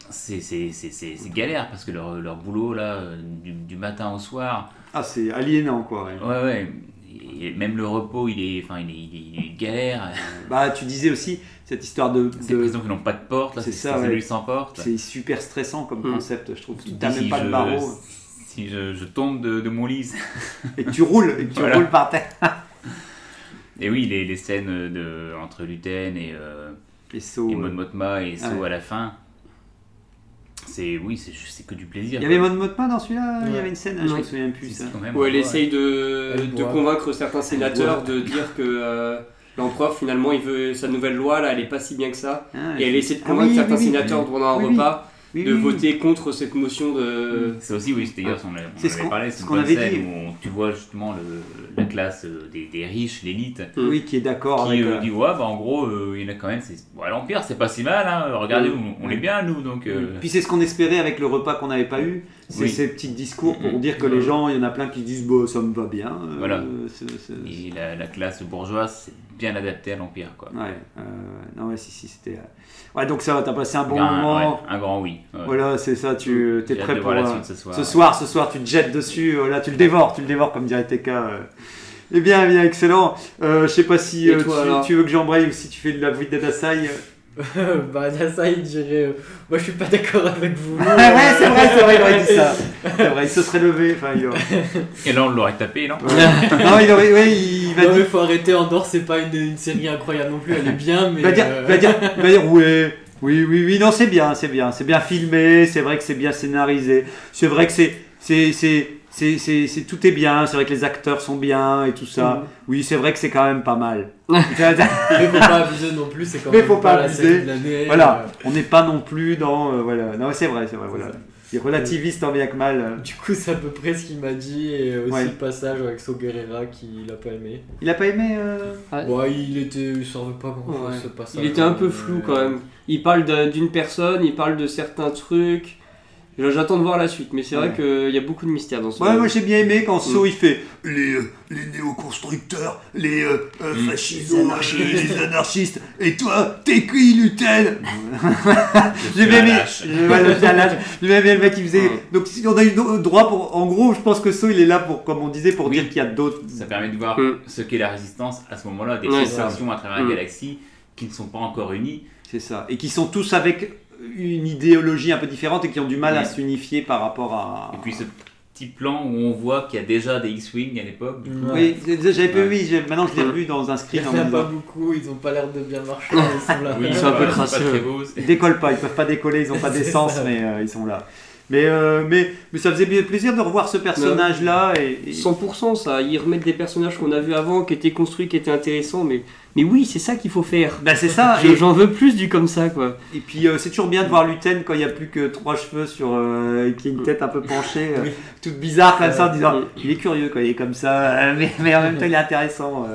c'est galère parce que leur boulot là, du matin au soir. Ah, c'est aliénant quoi. Ouais. Et même le repos, il est galère. Bah, tu disais aussi cette histoire de ces prisons qui n'ont pas de porte, là, c'est ça, cellules sans porte. C'est super stressant comme concept, je trouve. Tu dis n'as même pas de barreau. Si je tombe de mon lit. Et que tu roules, roules par terre. Et oui, les scènes entre Luten et Mon Mothma et So à la fin. C'est que du plaisir. Il y avait Mon Mothma dans celui-là. Il y avait une scène, je me souviens plus. Ça. Où elle essaye de convaincre certains sénateurs de dire que l'empereur finalement il veut sa nouvelle loi là, elle est pas si bien que ça. Et elle essaie de convaincre certains sénateurs pendant un repas de voter contre cette motion de. C'est aussi d'ailleurs on avait parlé, c'est ce qu'on avait dit. Où tu vois justement la classe des riches, l'élite. Oui, qui est d'accord qui dit en gros il y en a quand même. L'empire c'est pas si mal, hein, regardez on est bien nous donc. Puis c'est ce qu'on espérait avec le repas qu'on n'avait pas eu. C'est ces petits discours pour dire que les gens, il y en a plein qui disent ça me va bien. Voilà. Et la classe bourgeoise c'est bien adapté à l'empire quoi. Si c'était. Ouais, donc ça va, t'as passé un bon moment. Un grand oui. Ouais. Voilà, c'est ça, tu es prêt pour la suite ce soir. Ce soir, tu te jettes dessus, là, tu le dévores comme dirait TK. Eh bien, excellent. Je sais pas si tu veux que j'embraye ou si tu fais de la vie d'Adasai. Adasai, je dirais. Moi, je suis pas d'accord avec vous. Ouais, c'est vrai, il aurait dit ça. C'est vrai, il se serait levé. Et là, on l'aurait tapé, non? Non, il aurait. Il va dire. Il faut arrêter, Andorre, c'est pas une série incroyable non plus, elle est bien, mais. Il va dire, oui, non, c'est bien filmé, c'est vrai que c'est bien scénarisé, c'est vrai que tout est bien, c'est vrai que les acteurs sont bien et tout ça. Oui, c'est vrai que c'est quand même pas mal. Mais faut pas abuser non plus, c'est quand même pas la série de l'année. Voilà, on n'est pas non plus dans non, c'est vrai, voilà. Il est relativiste tant bien que mal. Du coup, c'est à peu près ce qu'il m'a dit et aussi le passage avec So Guerrera qu'il a pas aimé. Il a pas aimé il servait pas grand chose ce passage. Il était un peu flou quand même. Il parle d'une personne, il parle de certains trucs. J'attends de voir la suite, mais c'est vrai qu'il y a beaucoup de mystères dans ce film. Moi j'ai bien aimé quand So il fait les néoconstructeurs, les fascistes, les anarchistes, et toi, t'es qui, Luten? J'ai bien aimé le mec qui faisait. Donc si on a eu droit pour. En gros, je pense que So il est là pour, comme on disait, pour dire qu'il y a d'autres. Ça permet de voir ce qu'est la résistance à ce moment-là, des civilisations à travers la galaxie qui ne sont pas encore unies. C'est ça. Et qui sont tous avec une idéologie un peu différente et qui ont du mal à s'unifier par rapport à... Et puis ce petit plan où on voit qu'il y a déjà des X-Wing à l'époque. Oui, j'avais pas vu, maintenant je l'ai revu dans un screen. Il n'y en a pas beaucoup, ils n'ont pas l'air de bien marcher, ils sont là. Ils sont un peu crasseux. Ils décollent pas, ils peuvent pas décoller, ils n'ont pas d'essence, mais ils sont là. Mais ça faisait plaisir de revoir ce personnage-là. Et... 100% ça, ils remettent des personnages qu'on a vus avant, qui étaient construits, qui étaient intéressants, mais oui, c'est ça qu'il faut faire. C'est ça. J'en veux plus du comme ça, quoi. Et puis c'est toujours bien de voir Luten quand il n'y a plus que 3 cheveux sur qui a une tête un peu penchée, toute bizarre comme ça, en disant il est curieux quand il est comme ça, mais en même temps il est intéressant.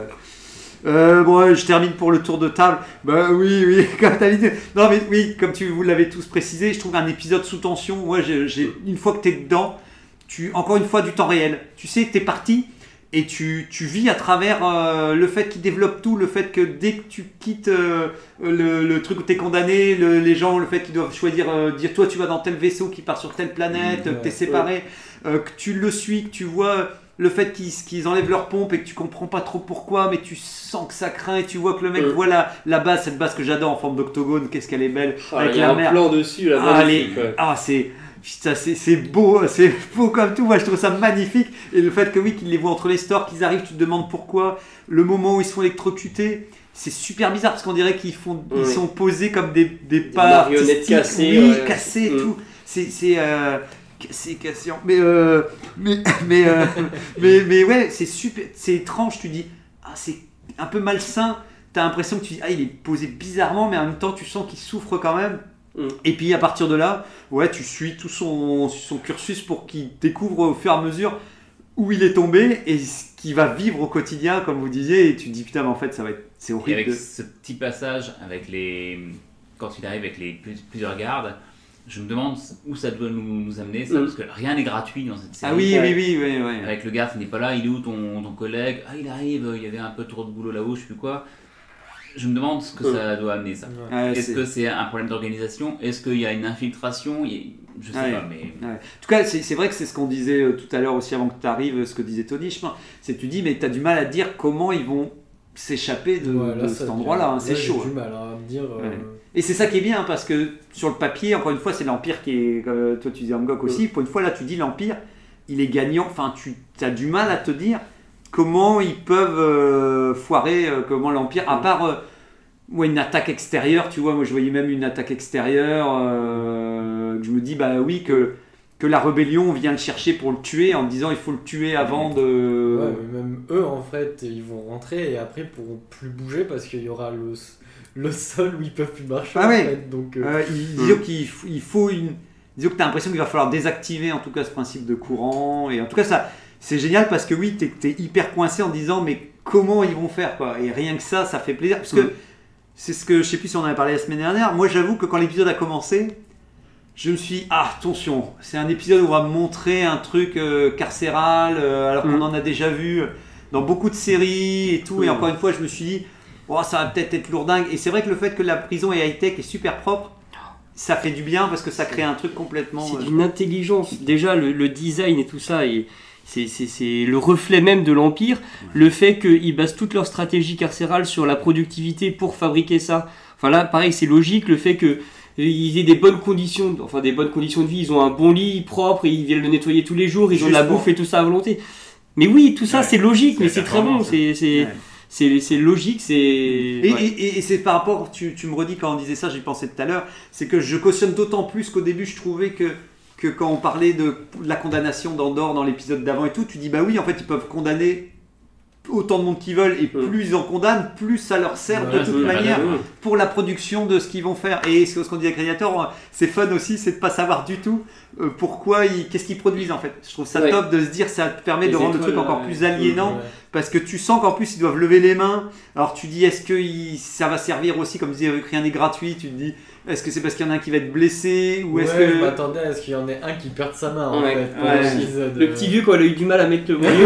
Je termine pour le tour de table. Oui, comme t'as dit. Non, mais oui, comme vous l'avez tous précisé, je trouve un épisode sous tension. Une fois que t'es dedans, encore une fois du temps réel. Tu sais, t'es parti et tu vis à travers le fait qu'ils développent tout, le fait que dès que tu quittes le truc où t'es condamné, les gens, le fait qu'ils doivent choisir, dire toi tu vas dans tel vaisseau qui part sur telle planète, que t'es séparé, que tu le suis, que tu vois. Le fait qu'ils enlèvent leur pompe et que tu comprends pas trop pourquoi, mais tu sens que ça craint et tu vois que le mec voit la base, cette base que j'adore en forme d'octogone, qu'est-ce qu'elle est belle. Avec la mer. Un plan dessus, c'est beau comme tout, moi je trouve ça magnifique. Et le fait qu'ils les voient entre les stores, qu'ils arrivent, tu te demandes pourquoi. Le moment où ils se font électrocuter, c'est super bizarre parce qu'on dirait qu'ils sont posés comme des pas marionnettes cassées. Oui, cassées et tout. C'est cassant, mais ouais, c'est super, c'est étrange. Tu dis, c'est un peu malsain. T'as l'impression que tu dis, il est posé bizarrement, mais en même temps, tu sens qu'il souffre quand même. Et puis à partir de là, tu suis tout son cursus pour qu'il découvre au fur et à mesure où il est tombé et ce qu'il va vivre au quotidien, comme vous disiez. Et tu te dis, putain, mais en fait, c'est horrible. Et avec ce petit passage, quand il arrive avec les plusieurs gardes. Je me demande où ça doit nous amener, ça, parce que rien n'est gratuit dans cette série. Ah oui. Avec le garde qui n'est pas là, il est où ton collègue? Il arrive, il y avait un peu trop de boulot là-haut, je sais plus quoi. Je me demande ce que ça doit amener, ça. Ouais, Est-ce que c'est un problème d'organisation? Est-ce qu'il y a une infiltration? Je sais pas, mais... Ouais. En tout cas, c'est vrai que c'est ce qu'on disait tout à l'heure aussi avant que tu arrives, ce que disait Tony, je pense. C'est que tu dis, mais tu as du mal à dire comment ils vont s'échapper de cet endroit-là. Hein. C'est chaud. J'ai du mal à me dire... Et c'est ça qui est bien, parce que sur le papier, encore une fois, c'est l'Empire qui est... toi, tu disais Angok aussi. Pour une fois, là, tu dis l'Empire, il est gagnant. Enfin, tu as du mal à te dire comment ils peuvent foirer, comment l'Empire... À part... une attaque extérieure, tu vois, moi je voyais même une attaque extérieure, je me dis, bah oui, que la rébellion vient le chercher pour le tuer en disant il faut le tuer avant de... Ouais, mais même eux, en fait, ils vont rentrer et après ils pourront plus bouger parce qu'il y aura le sol où ils peuvent plus marcher, en fait, donc... disons qu'il faut une... Disons que tu as l'impression qu'il va falloir désactiver en tout cas ce principe de courant, et en tout cas ça, c'est génial parce que oui, t'es hyper coincé en disant mais comment ils vont faire, quoi, et rien que ça fait plaisir, parce que c'est ce que, je sais plus si on en avait parlé la semaine dernière, moi j'avoue que quand l'épisode a commencé, je me suis dit, attention, c'est un épisode où on va me montrer un truc carcéral, alors qu'on en a déjà vu dans beaucoup de séries et tout, et encore une fois je me suis dit, ça va peut-être être lourdingue, et c'est vrai que le fait que la prison est high-tech et super propre, ça fait du bien parce que ça crée un truc complètement... C'est d'une intelligence, déjà le design et tout ça, et c'est le reflet même de l'Empire, le fait qu'ils basent toute leur stratégie carcérale sur la productivité pour fabriquer ça. Enfin là, pareil, c'est logique, le fait qu'ils aient des bonnes conditions de vie, ils ont un bon lit propre, et ils viennent le nettoyer tous les jours, ils ont de la bouffe et tout ça à volonté. Mais oui, tout ça c'est logique, mais c'est très bon, c'est logique, c'est... Et c'est par rapport, tu me redis quand on disait ça, j'y pensais tout à l'heure, c'est que je cautionne d'autant plus qu'au début je trouvais que quand on parlait de la condamnation d'Andorre dans l'épisode d'avant et tout, tu dis bah oui, en fait ils peuvent condamner autant de monde qu'ils veulent, et plus ils en condamnent, plus ça leur sert de toute manière pour la production de ce qu'ils vont faire. Et ce qu'on dit avec Radiator, c'est fun aussi, c'est de pas savoir du tout qu'est-ce qu'ils produisent en fait. Je trouve ça top de se dire, ça te permet de rendre le truc encore plus aliénant, parce que tu sens qu'en plus ils doivent lever les mains. Alors tu dis, est-ce que ça va servir aussi, comme disait rien n'est gratuit, tu te dis, est-ce que c'est parce qu'il y en a un qui va être blessé, ou est-ce que... je m'attendais à ce qu'il y en ait un qui perde sa main en fait. Le petit vieux, quand il a eu du mal à mettre le brouillon,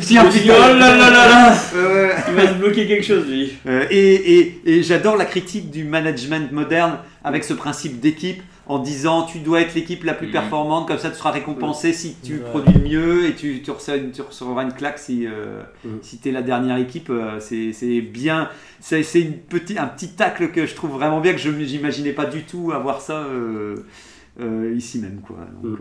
il va se bloquer quelque chose lui. Et j'adore la critique du management moderne avec ce principe d'équipe, en disant tu dois être l'équipe la plus performante, comme ça tu seras récompensé si tu produis le mieux, et tu recevras une claque si tu es la dernière équipe. C'est bien, c'est un petit tacle que je trouve vraiment bien, que je n'imaginais pas du tout avoir ça ici même, quoi. Donc,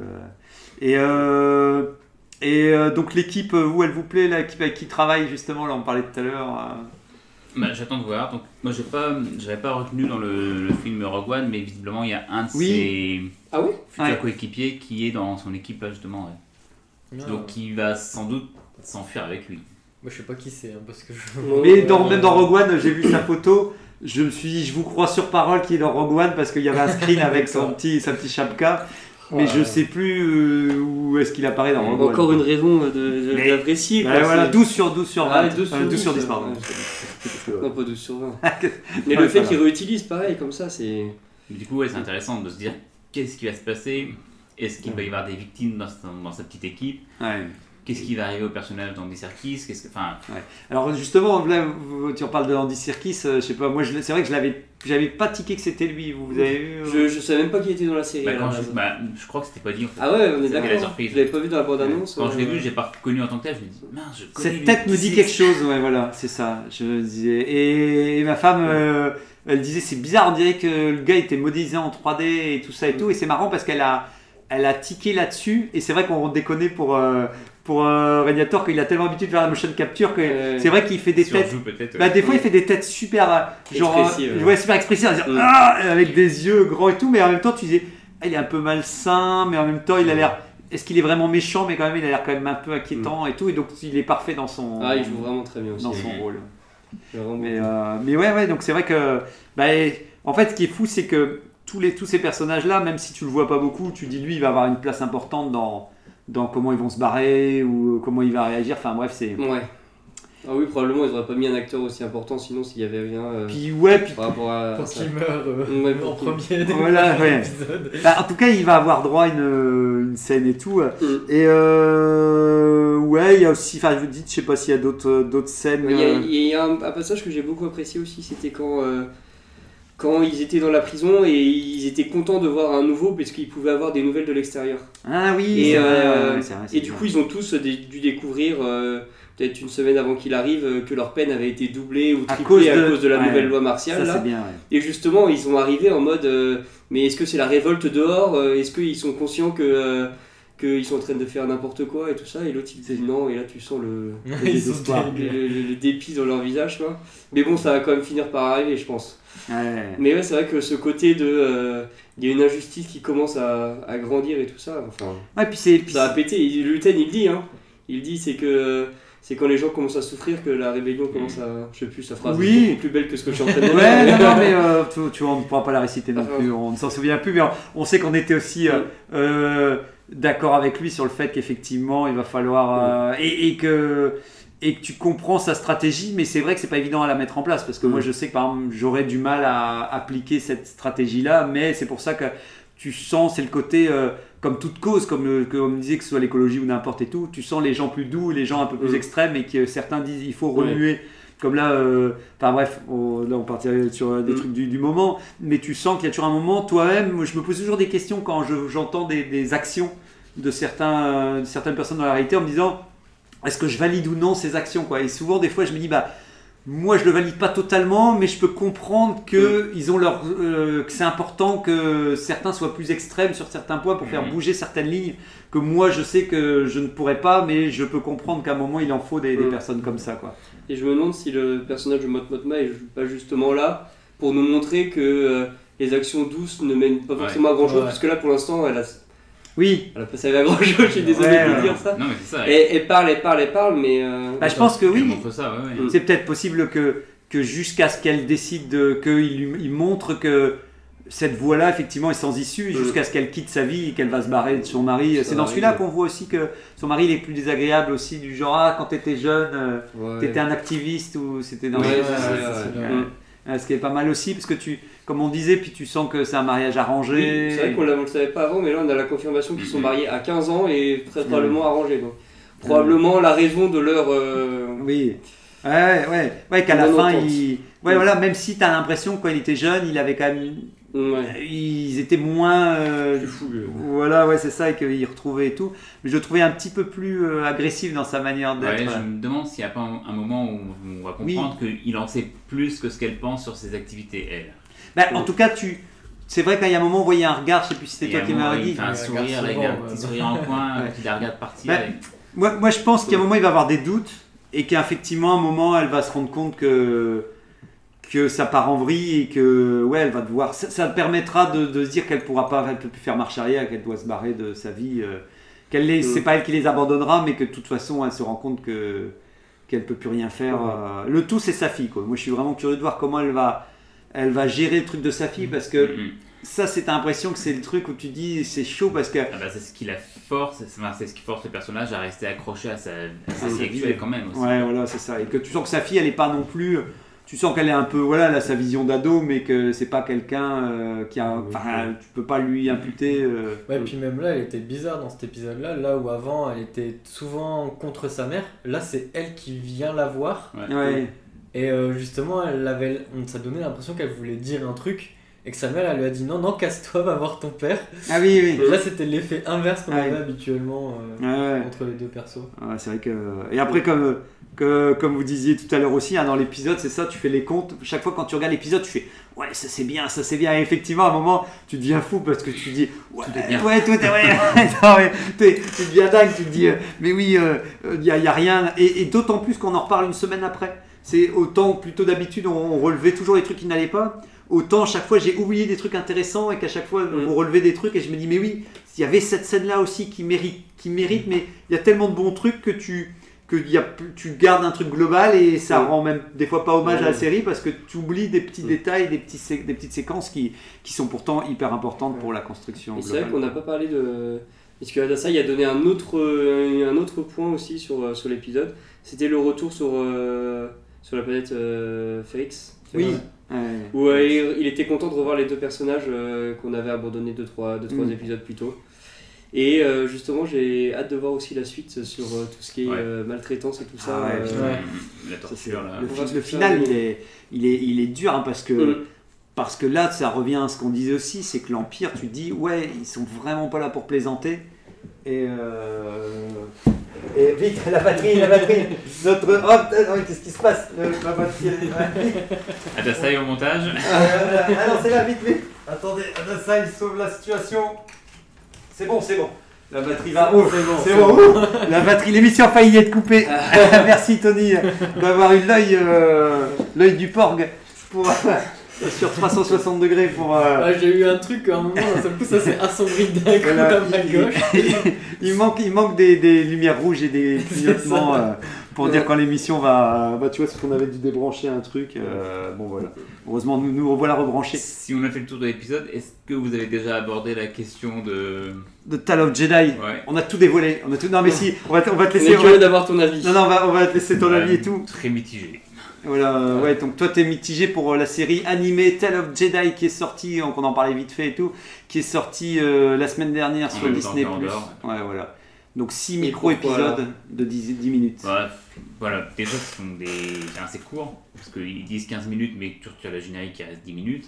donc l'équipe, vous, elle vous plaît, l'équipe avec qui travaille justement, là on parlait tout à l'heure j'attends de voir. Donc, moi, j'avais pas retenu dans le film Rogue One, mais visiblement, il y a un de ses futurs coéquipiers qui est dans son équipe, là, justement. Donc, qui va sans doute s'enfuir avec lui. Moi, je sais pas qui c'est, parce que Mais même dans Rogue One, j'ai vu sa photo, je me suis dit, je vous crois sur parole qu'il est dans Rogue One, parce qu'il y avait un screen avec sa petite chapka. Mais je sais plus où est-ce qu'il apparaît dans Rogue One. Encore une raison de l'apprécier. Voilà, 12 sur 20. 12 sur 10, pardon. Non, pas 12 sur 20. Mais le fait qu'il réutilise, pareil, comme ça, c'est... Du coup, c'est intéressant de se dire, qu'est-ce qui va se passer? Est-ce qu'il va y avoir des victimes dans sa petite équipe? Qu'est-ce qui va arriver au personnage d'Andy Serkis? Alors justement, là, tu en parles de Andy Serkis, je sais pas, moi c'est vrai que j'avais pas tiqué que c'était lui, vous avez vu Je savais même pas qui était dans la série. Je crois que c'était pas dit en fait. Ah ouais, on est d'accord, je l'avais pas vu dans la bande-annonce. Quand je l'ai vu, j'ai pas reconnu en tant que tel, je me dis, mince, je connais. Cette tête me dit quelque chose, voilà, c'est ça, je disais. Et ma femme, elle disait, c'est bizarre, on dirait que le gars était modélisé en 3D et tout ça et tout, et c'est marrant parce qu'elle a tiqué là-dessus, et c'est vrai qu'on déconnait pour Radiator, qu'il a tellement l'habitude de faire la motion capture que c'est vrai qu'il fait des têtes. Des fois, il fait des têtes super super expressives, avec des yeux grands et tout, mais en même temps, tu disais, il est un peu malsain, mais en même temps, il a l'air. Est-ce qu'il est vraiment méchant, mais quand même, il a l'air quand même un peu inquiétant et tout, et donc il est parfait dans son. Il joue vraiment très bien aussi. Dans son rôle. Mais ouais, donc c'est vrai que. En fait, ce qui est fou, c'est que tous ces personnages-là, même si tu le vois pas beaucoup, tu dis lui, il va avoir une place importante dans comment ils vont se barrer ou comment il va réagir. Enfin bref, c'est. Ouais. Ah oui, probablement ils auraient pas mis un acteur aussi important, sinon s'il y avait rien. Puis par rapport à. Pour qu'il meure en premier épisode. En tout cas, il va avoir droit à une scène et tout. Et où ouais, il y a aussi, enfin, je vous dis, je sais pas s'il y a d'autres scènes. Il y a un passage que j'ai beaucoup apprécié aussi, c'était quand ils étaient dans la prison et ils étaient contents de voir un nouveau parce qu'ils pouvaient avoir des nouvelles de l'extérieur. Ah oui, et, c'est vrai, c'est et du coup, ils ont tous dû découvrir, peut-être une semaine avant qu'il arrive, que leur peine avait été doublée ou triplée à cause de la nouvelle loi martiale. Ça, là. c'est bien, Et justement, ils sont arrivés en mode mais est-ce que c'est la révolte dehors Est-ce qu'ils sont conscients qu'ils sont en train de faire n'importe quoi et tout ça, et l'autre il dit non, et là tu sens le dépit dans leur visage, quoi. Mais bon, ça va quand même finir par arriver, je pense. Ouais. Mais ouais, c'est vrai que ce côté de il y a une injustice qui commence à grandir et tout ça, enfin ouais, puis ça a pété. Le Luten il dit c'est que c'est quand les gens commencent à souffrir que la rébellion commence à... Je sais plus, sa phrase est beaucoup plus belle que ce que je suis en train de dire. Ouais, non, mais tu vois, on ne pourra pas la réciter non plus, on ne s'en souvient plus, mais on sait qu'on était aussi d'accord avec lui sur le fait qu'effectivement, il va falloir... et que tu comprends sa stratégie, mais c'est vrai que c'est pas évident à la mettre en place, parce que moi, je sais que par exemple, j'aurais du mal à appliquer cette stratégie-là, mais c'est pour ça que tu sens, c'est le côté... comme toute cause, comme on me disait que ce soit l'écologie ou n'importe et tout, tu sens les gens plus doux, les gens un peu plus extrêmes et que certains disent il faut remuer. Comme là, enfin bref, là on partirait sur des trucs du moment, mais tu sens qu'il y a toujours un moment, toi-même, je me pose toujours des questions quand j'entends des actions de certaines personnes dans la réalité en me disant est-ce que je valide ou non ces actions, quoi. Et souvent, des fois, je me dis moi je le valide pas totalement, mais je peux comprendre que ils ont que c'est important que certains soient plus extrêmes sur certains points pour faire bouger certaines lignes que moi je sais que je ne pourrais pas, mais je peux comprendre qu'à un moment il en faut des personnes comme ça, quoi. Et je me demande si le personnage de Mot Mothma est pas justement là pour nous montrer que les actions douces ne mènent pas forcément à grand chose, parce que là pour l'instant elle a pas servi à grand chose, je suis désolé de dire ça. Non, mais c'est ça. Elle parle, mais. Je pense que oui. Montre ça, c'est peut-être possible que jusqu'à ce qu'elle décide qu'il montre que cette voie-là, effectivement, est sans issue, jusqu'à ce qu'elle quitte sa vie et qu'elle va se barrer de son mari. C'est dans celui-là qu'on voit aussi que son mari il est plus désagréable aussi, du genre quand t'étais jeune, t'étais un activiste, ou c'était dans ce qui est pas mal aussi, parce que comme on disait, puis tu sens que c'est un mariage arrangé. Oui, c'est vrai qu'on ne le savait pas avant, mais là on a la confirmation qu'ils sont mariés à 15 ans et très probablement arrangés. Donc. Probablement la raison de leur... Oui, ouais, qu'à la fin, voilà, même si tu as l'impression que quand il était jeune, il avait quand même... Ils étaient moins... voilà, c'est ça, et qu'ils retrouvaient et tout. Mais je le trouvais un petit peu plus agressif dans sa manière d'être. Ouais, je me demande s'il n'y a pas un moment où on va comprendre qu'il en sait plus que ce qu'elle pense sur ses activités, elle. En tout cas, c'est vrai qu'il y a un moment où on voyait un regard, je sais plus si c'était toi qui m'avais dit. Il fait un sourire, il a un petit sourire en coin, il la regarde partir. Moi, je pense qu'à un moment, il va avoir des doutes, et qu'effectivement, à un moment, elle va se rendre compte que ça part en vrille, et que elle va devoir... Ça permettra de se dire qu'elle ne peut plus faire marche arrière, qu'elle doit se barrer de sa vie. C'est pas elle qui les abandonnera, mais que de toute façon, elle se rend compte qu'elle ne peut plus rien faire. Le tout, c'est sa fille, quoi. Moi, je suis vraiment curieux de voir comment elle va gérer le truc de sa fille, parce que ça, c'est l'impression que c'est le truc où tu dis c'est chaud, parce que... c'est ce qui la force, c'est ce qui force le personnage à rester accroché à sa vie actuelle quand même aussi. Ouais, voilà, c'est ça. Et que tu sens que sa fille, elle n'est pas non plus... Tu sens qu'elle est un peu, elle a sa vision d'ado, mais que c'est pas quelqu'un qui a... Enfin, tu peux pas lui imputer... Ouais, puis même là, elle était bizarre dans cet épisode-là. Là où avant, elle était souvent contre sa mère, là, c'est elle qui vient la voir. Ouais. Et justement, ça donnait l'impression qu'elle voulait dire un truc, et que sa mère, elle lui a dit non, casse-toi, va voir ton père. Ah oui. Et là, c'était l'effet inverse qu'on avait habituellement entre les deux persos. Ouais, c'est vrai que... Et après, comme vous disiez tout à l'heure aussi, dans l'épisode, c'est ça, tu fais les comptes. Chaque fois quand tu regardes l'épisode, tu fais ouais, ça c'est bien. Et effectivement, à un moment, tu deviens fou parce que tu te dis tu deviens dingue, tu te dis mais oui, y a rien. Et d'autant plus qu'on en reparle une semaine après. C'est autant, plutôt d'habitude, on relevait toujours les trucs qui n'allaient pas. Autant, chaque fois, j'ai oublié des trucs intéressants et qu'à chaque fois, vous relevez des trucs et je me dis mais oui, il y avait cette scène-là aussi qui mérite, mais il y a tellement de bons trucs que tu gardes un truc global et ça rend même des fois pas hommage à la série parce que tu oublies des petits détails, des petites séquences qui sont pourtant hyper importantes pour la construction globale. C'est vrai qu'on n'a pas parlé de... Parce que ça, il a donné un autre point aussi sur l'épisode. C'était le retour sur la planète Ferrix. Oui. Où il était content de revoir les deux personnages qu'on avait abandonnés 2-3 épisodes plus tôt. Et justement, j'ai hâte de voir aussi la suite sur tout ce qui est maltraitance et tout ça. La torture, là. Le final, il est dur, hein, parce que là, ça revient à ce qu'on disait aussi, c'est que l'Empire, tu te dis, ouais, ils sont vraiment pas là pour plaisanter. Et vite, la batterie, notre... Oh, qu'est-ce qui se passe, la batterie. Adasai au montage. Ah non, c'est là, vite. Attendez, Adasai, il sauve la situation. C'est bon. La batterie va... Oh, c'est bon. La batterie, l'émission a failli être coupée. Merci Tony d'avoir eu l'œil du porg pour... sur 360 degrés pour... j'ai eu un truc, à un moment, d'un seul coup, ça s'est assombri d'un coup à ma gauche. il manque des lumières rouges et des clignotements pour dire quand l'émission va... tu vois, c'est qu'on avait dû débrancher un truc. Bon, voilà. Heureusement, nous revoilà rebranchés. Si on a fait le tour de l'épisode, est-ce que vous avez déjà abordé la question de Tale of Jedi? Ouais. On a tout dévoilé. Non, mais si, on va te laisser... On est curieux d'avoir ton avis. Non, on va te laisser ton avis et tout. Très mitigé. Voilà, ouais, donc toi t'es mitigé pour la série animée Tale of Jedi qui est sortie, donc on en parlait vite fait et tout, qui est sortie la semaine dernière sur Disney+. Ouais, voilà. Donc 6 micro-épisodes de 10 minutes. Voilà, déjà c'est assez court, parce qu'ils disent 15 minutes, mais tu retires la générique qui reste 10 minutes.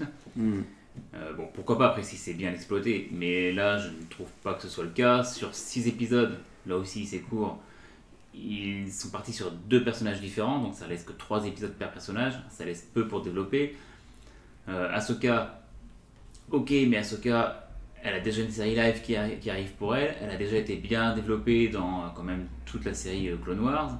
Bon, pourquoi pas, après si c'est bien exploité, mais là je ne trouve pas que ce soit le cas. Sur 6 épisodes, là aussi c'est court. Ils sont partis sur 2 personnages différents, donc ça laisse que 3 épisodes per personnage, ça laisse peu pour développer. Ahsoka, ok, mais Ahsoka, elle a déjà une série live qui arrive pour elle, elle a déjà été bien développée dans quand même toute la série Clone Wars,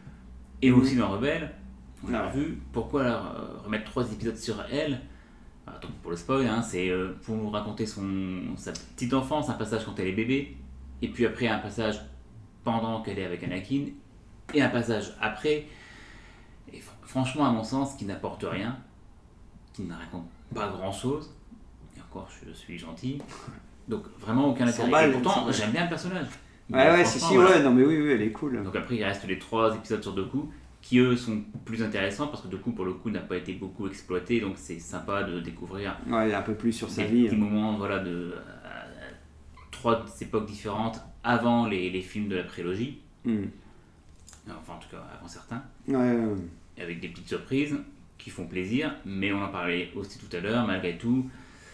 et aussi dans Rebelle. On a vu, pourquoi remettre 3 épisodes sur elle? Attends, pour le spoil, hein, c'est pour nous raconter sa petite enfance, un passage quand elle est bébé, et puis après un passage pendant qu'elle est avec Anakin, et un passage après, et franchement à mon sens, qui n'apporte rien, qui ne raconte pas grand chose, et encore je suis gentil, donc vraiment aucun intérêt, et pourtant j'aime bien le personnage. Ouais, ouais, non mais oui, elle est cool. Donc après il reste les 3 épisodes sur Dooku, qui eux sont plus intéressants, parce que Dooku pour le coup n'a pas été beaucoup exploité, donc c'est sympa de découvrir un peu plus sur sa vie. Des petits moments, voilà, de 3 époques différentes, avant les films de la prélogie, enfin en tout cas avant certains, avec des petites surprises qui font plaisir, mais on en parlait aussi tout à l'heure, malgré tout,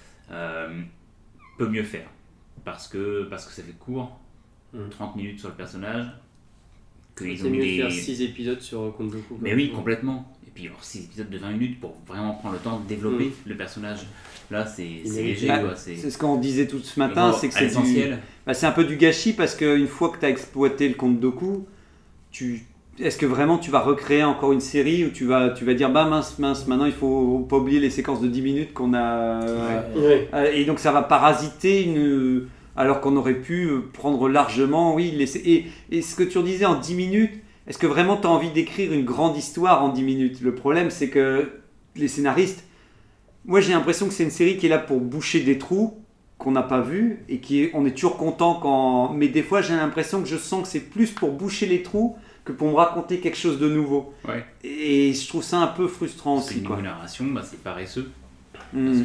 peut mieux faire, parce que ça fait court, 30 minutes sur le personnage, qu'ils ont mis faire 6 épisodes sur Count Dooku. Mais oui, complètement. Et puis alors 6 épisodes de 20 minutes pour vraiment prendre le temps de développer le personnage. Là, c'est léger. C'est ce qu'on disait tout ce matin, c'est que c'est essentiel. C'est un peu du gâchis, parce qu'une fois que tu as exploité le Count Dooku, est-ce que vraiment tu vas recréer encore une série où tu vas dire mince, maintenant il faut pas oublier les séquences de 10 minutes qu'on a. Et donc ça va parasiter alors qu'on aurait pu prendre largement, et ce que tu disais en 10 minutes, est-ce que vraiment tu as envie d'écrire une grande histoire en 10 minutes? Le problème, c'est que les scénaristes, moi j'ai l'impression que c'est une série qui est là pour boucher des trous qu'on n'a pas vus, et on est toujours content mais des fois j'ai l'impression que je sens que c'est plus pour boucher les trous que pour me raconter quelque chose de nouveau. Et je trouve ça un peu frustrant aussi. C'est une narration, c'est paresseux, parce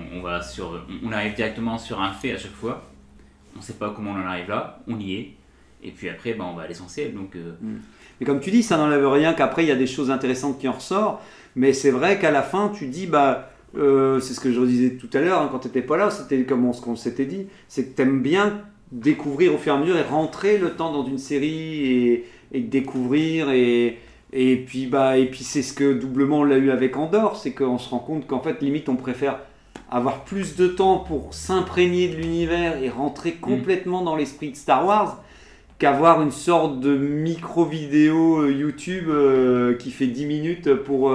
qu'on arrive directement sur un fait à chaque fois. On ne sait pas comment on en arrive là, on y est, et puis après on va à l'essentiel. Donc, Mais comme tu dis, ça n'enlève rien qu'après il y a des choses intéressantes qui en ressortent, mais c'est vrai qu'à la fin tu dis, c'est ce que je disais tout à l'heure, quand tu n'étais pas là, c'était comme ce qu'on s'était dit, c'est que tu aimes bien découvrir au fur et à mesure et rentrer le temps dans une série et découvrir, et puis c'est ce que doublement on l'a eu avec Andor, c'est qu'on se rend compte qu'en fait limite on préfère avoir plus de temps pour s'imprégner de l'univers et rentrer complètement dans l'esprit de Star Wars, qu'avoir une sorte de micro-vidéo YouTube qui fait 10 minutes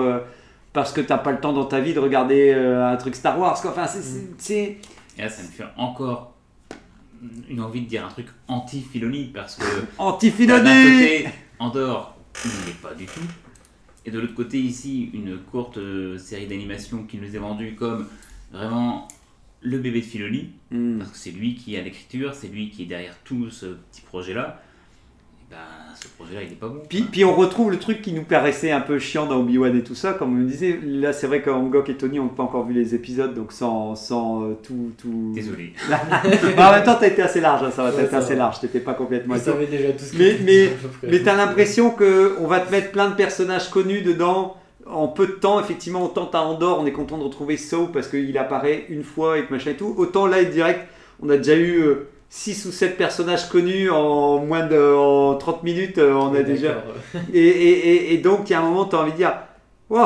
parce que t'as pas le temps dans ta vie de regarder un truc Star Wars. Enfin, c'est... Et là, ça me fait encore une envie de dire un truc anti-Filoni, parce que anti-Filoni, d'un côté, Andor, il ne l'est pas du tout, et de l'autre côté ici, une courte série d'animation qui nous est vendue comme vraiment le bébé de Filoni, parce que c'est lui qui a l'écriture, c'est lui qui est derrière tout ce petit projet-là. Et ce projet-là, il est pas bon. Puis on retrouve le truc qui nous paraissait un peu chiant dans Obi-Wan et tout ça, comme on me disait. Là, c'est vrai qu'Angok et Tony n'ont pas encore vu les épisodes, donc sans tout. Désolé. En même temps, t'as été assez large, hein, ça va, t'as été assez large, t'étais pas complètement. Vous savez déjà tout ce que mais t'as l'impression qu'on va te mettre plein de personnages connus dedans en peu de temps. Effectivement, autant t'as Andor, on est content de retrouver Saw parce qu'il apparaît une fois et que machin et tout. Autant là, direct, on a déjà eu 6 ou 7 personnages connus en moins de 30 minutes. On a déjà. Et donc, il y a un moment, t'as envie de dire wow,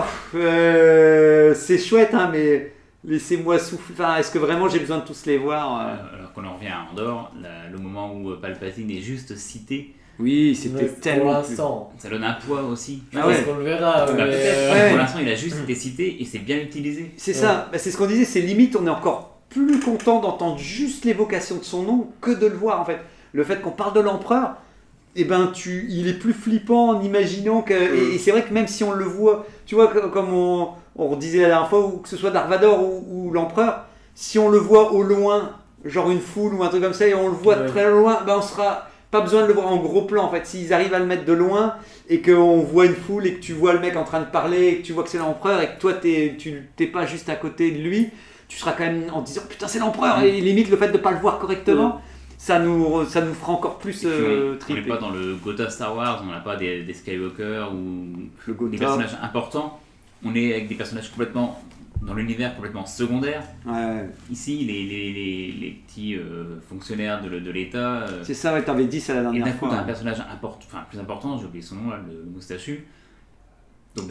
c'est chouette, hein, mais laissez-moi souffler. Enfin, est-ce que vraiment j'ai besoin de tous les voir Alors qu'on en revient à Andor, le moment où Palpatine est juste cité. Oui, c'était tellement. Pour l'instant. Ça donne un poids aussi. Ah ouais. On le verra. Pour l'instant, il a juste été cité et c'est bien utilisé. C'est ça, c'est ce qu'on disait, c'est limite, on est encore plus content d'entendre juste l'évocation de son nom que de le voir en fait. Le fait qu'on parle de l'empereur, il est plus flippant en imaginant que. Et c'est vrai que même si on le voit, tu vois, comme on disait la dernière fois, ou que ce soit Dark Vador ou l'empereur, si on le voit au loin, genre une foule ou un truc comme ça, et on le voit très loin, on sera. Pas besoin de le voir en gros plan en fait. S'ils arrivent à le mettre de loin et qu'on voit une foule et que tu vois le mec en train de parler et que tu vois que c'est l'empereur et que toi tu t'es pas juste à côté de lui, tu seras quand même en disant putain c'est l'empereur et limite le fait de pas le voir correctement ça nous fera encore plus triper. On n'est pas dans le Gotha Star Wars, on n'a pas des Skywalker ou des personnages importants. On est avec des personnages complètement dans l'univers complètement secondaire. Ouais. Ici, les petits fonctionnaires de l'État. C'est ça, ouais, t'avais dit ça la dernière fois. Et d'un coup, t'as un personnage plus important, j'ai oublié son nom, là, le moustachu. Donc,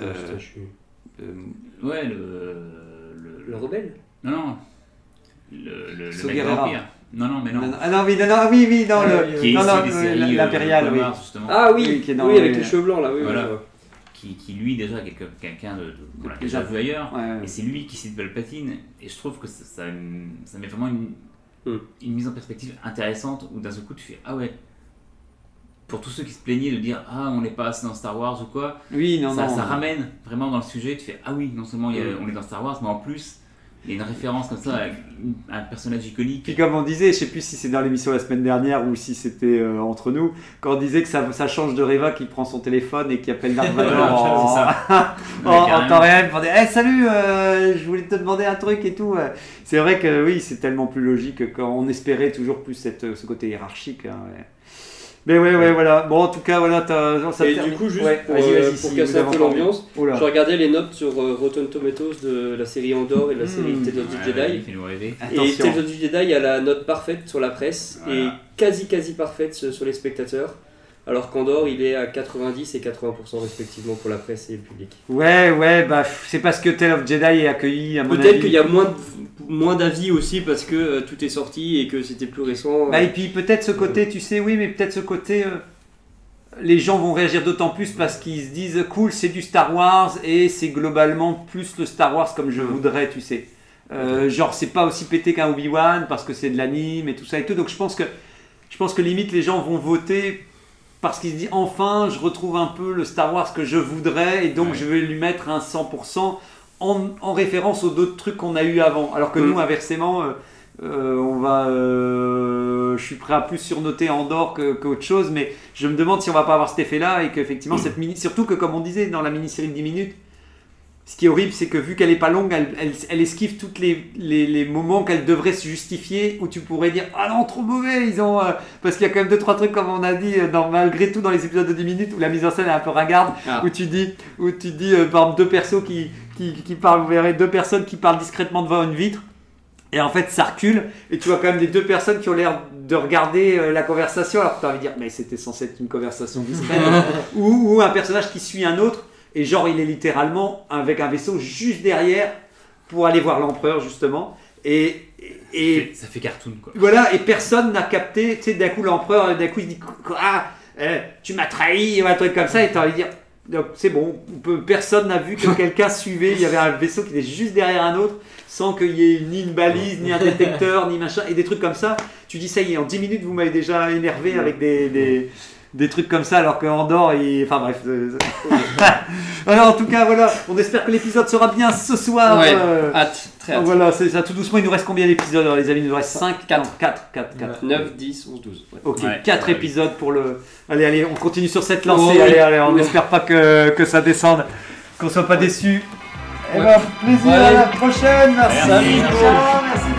ouais, le rebelle. Non. Le So mec de Guerrera. l'Empire. Non, mais non. Oui, l'impérial, oui. Justement. Ah oui, qui est dans avec les cheveux blancs là, oui. Voilà. Qui lui déjà quelqu'un qu'on a déjà vu ailleurs, et c'est lui qui cite Palpatine, et je trouve que ça met vraiment une mise en perspective intéressante où d'un seul coup tu fais ah ouais, pour tous ceux qui se plaignaient de dire ah on n'est pas assez dans Star Wars ou quoi, ça ramène vraiment dans le sujet, tu fais ah oui, non seulement on est dans Star Wars, mais en plus il y a une référence comme ça à un personnage iconique. Puis comme on disait, je sais plus si c'est dans l'émission la semaine dernière ou si c'était entre nous, quand on disait que ça change de Reva qui prend son téléphone et qui appelle Dark Vador en temps réel pour dire hey, salut, je voulais te demander un truc et tout. C'est vrai que oui, c'est tellement plus logique quand on espérait toujours plus ce côté hiérarchique. Hein, ouais. Mais ouais, voilà. Bon, en tout cas, voilà. Et du coup, juste pour casser un peu l'ambiance, je regardais les notes sur Rotten Tomatoes de la série Andor et de la série Tales of the Jedi. Et Tales of the Jedi a la note parfaite sur la presse et quasi parfaite sur les spectateurs. Alors qu'Andor, il est à 90 et 80% respectivement pour la presse et le public. Ouais, c'est parce que Tales of Jedi est accueilli, à mon avis. Peut-être qu'il y a moins d'avis aussi parce que tout est sorti et que c'était plus récent. Et puis peut-être ce côté, tu sais, oui, mais peut-être ce côté, les gens vont réagir d'autant plus parce qu'ils se disent cool, c'est du Star Wars et c'est globalement plus le Star Wars comme je voudrais, tu sais. Genre, c'est pas aussi pété qu'un Obi-Wan parce que c'est de l'anime et tout ça et tout. Donc je pense que limite les gens vont voter parce qu'il se dit enfin je retrouve un peu le Star Wars que je voudrais et donc je vais lui mettre un 100% en référence aux d'autres trucs qu'on a eu avant. Alors que nous inversement je suis prêt à plus surnoter Andor qu'autre chose, mais je me demande si on va pas avoir cet effet là et qu'effectivement surtout que comme on disait dans la mini-série de 10 minutes, ce qui est horrible, c'est que vu qu'elle est pas longue, elle esquive tous les moments qu'elle devrait se justifier, où tu pourrais dire ah non, trop mauvais, ils ont parce qu'il y a quand même 2-3 trucs comme on a dit malgré tout dans les épisodes de 10 minutes où la mise en scène est un peu ringarde, où tu dis par exemple deux persos qui parlent, vous verrez deux personnes qui parlent discrètement devant une vitre. Et en fait, ça recule, et tu vois quand même les deux personnes qui ont l'air de regarder la conversation, alors que tu as envie de dire, mais c'était censé être une conversation discrète, ou un personnage qui suit un autre, et genre il est littéralement avec un vaisseau juste derrière pour aller voir l'empereur justement, et ça fait cartoon quoi. Voilà, et personne n'a capté, tu sais, d'un coup l'empereur, il se dit, tu m'as trahi, ou un truc comme ça, et tu as envie de dire, donc c'est bon, personne n'a vu que quelqu'un suivait, il y avait un vaisseau qui était juste derrière un autre, sans qu'il y ait ni une balise, ni un détecteur, ni machin, et des trucs comme ça. Tu dis ça y est, en 10 minutes vous m'avez déjà énervé avec des des trucs comme ça, alors qu'Andorre, enfin bref. Alors en tout cas, voilà, on espère que l'épisode sera bien ce soir. Ouais, hâte, très hâte. Voilà, c'est ça, tout doucement. Il nous reste combien d'épisodes, les amis? Il nous reste 5, 4. 9, 10, 11, 12. Ouais. Ok, 4 épisodes pour le. Allez, on continue sur cette lancée. Allez, on n'espère pas que ça descende, qu'on soit pas déçus. Et ben, plaisir, à la prochaine. Merci. Merci.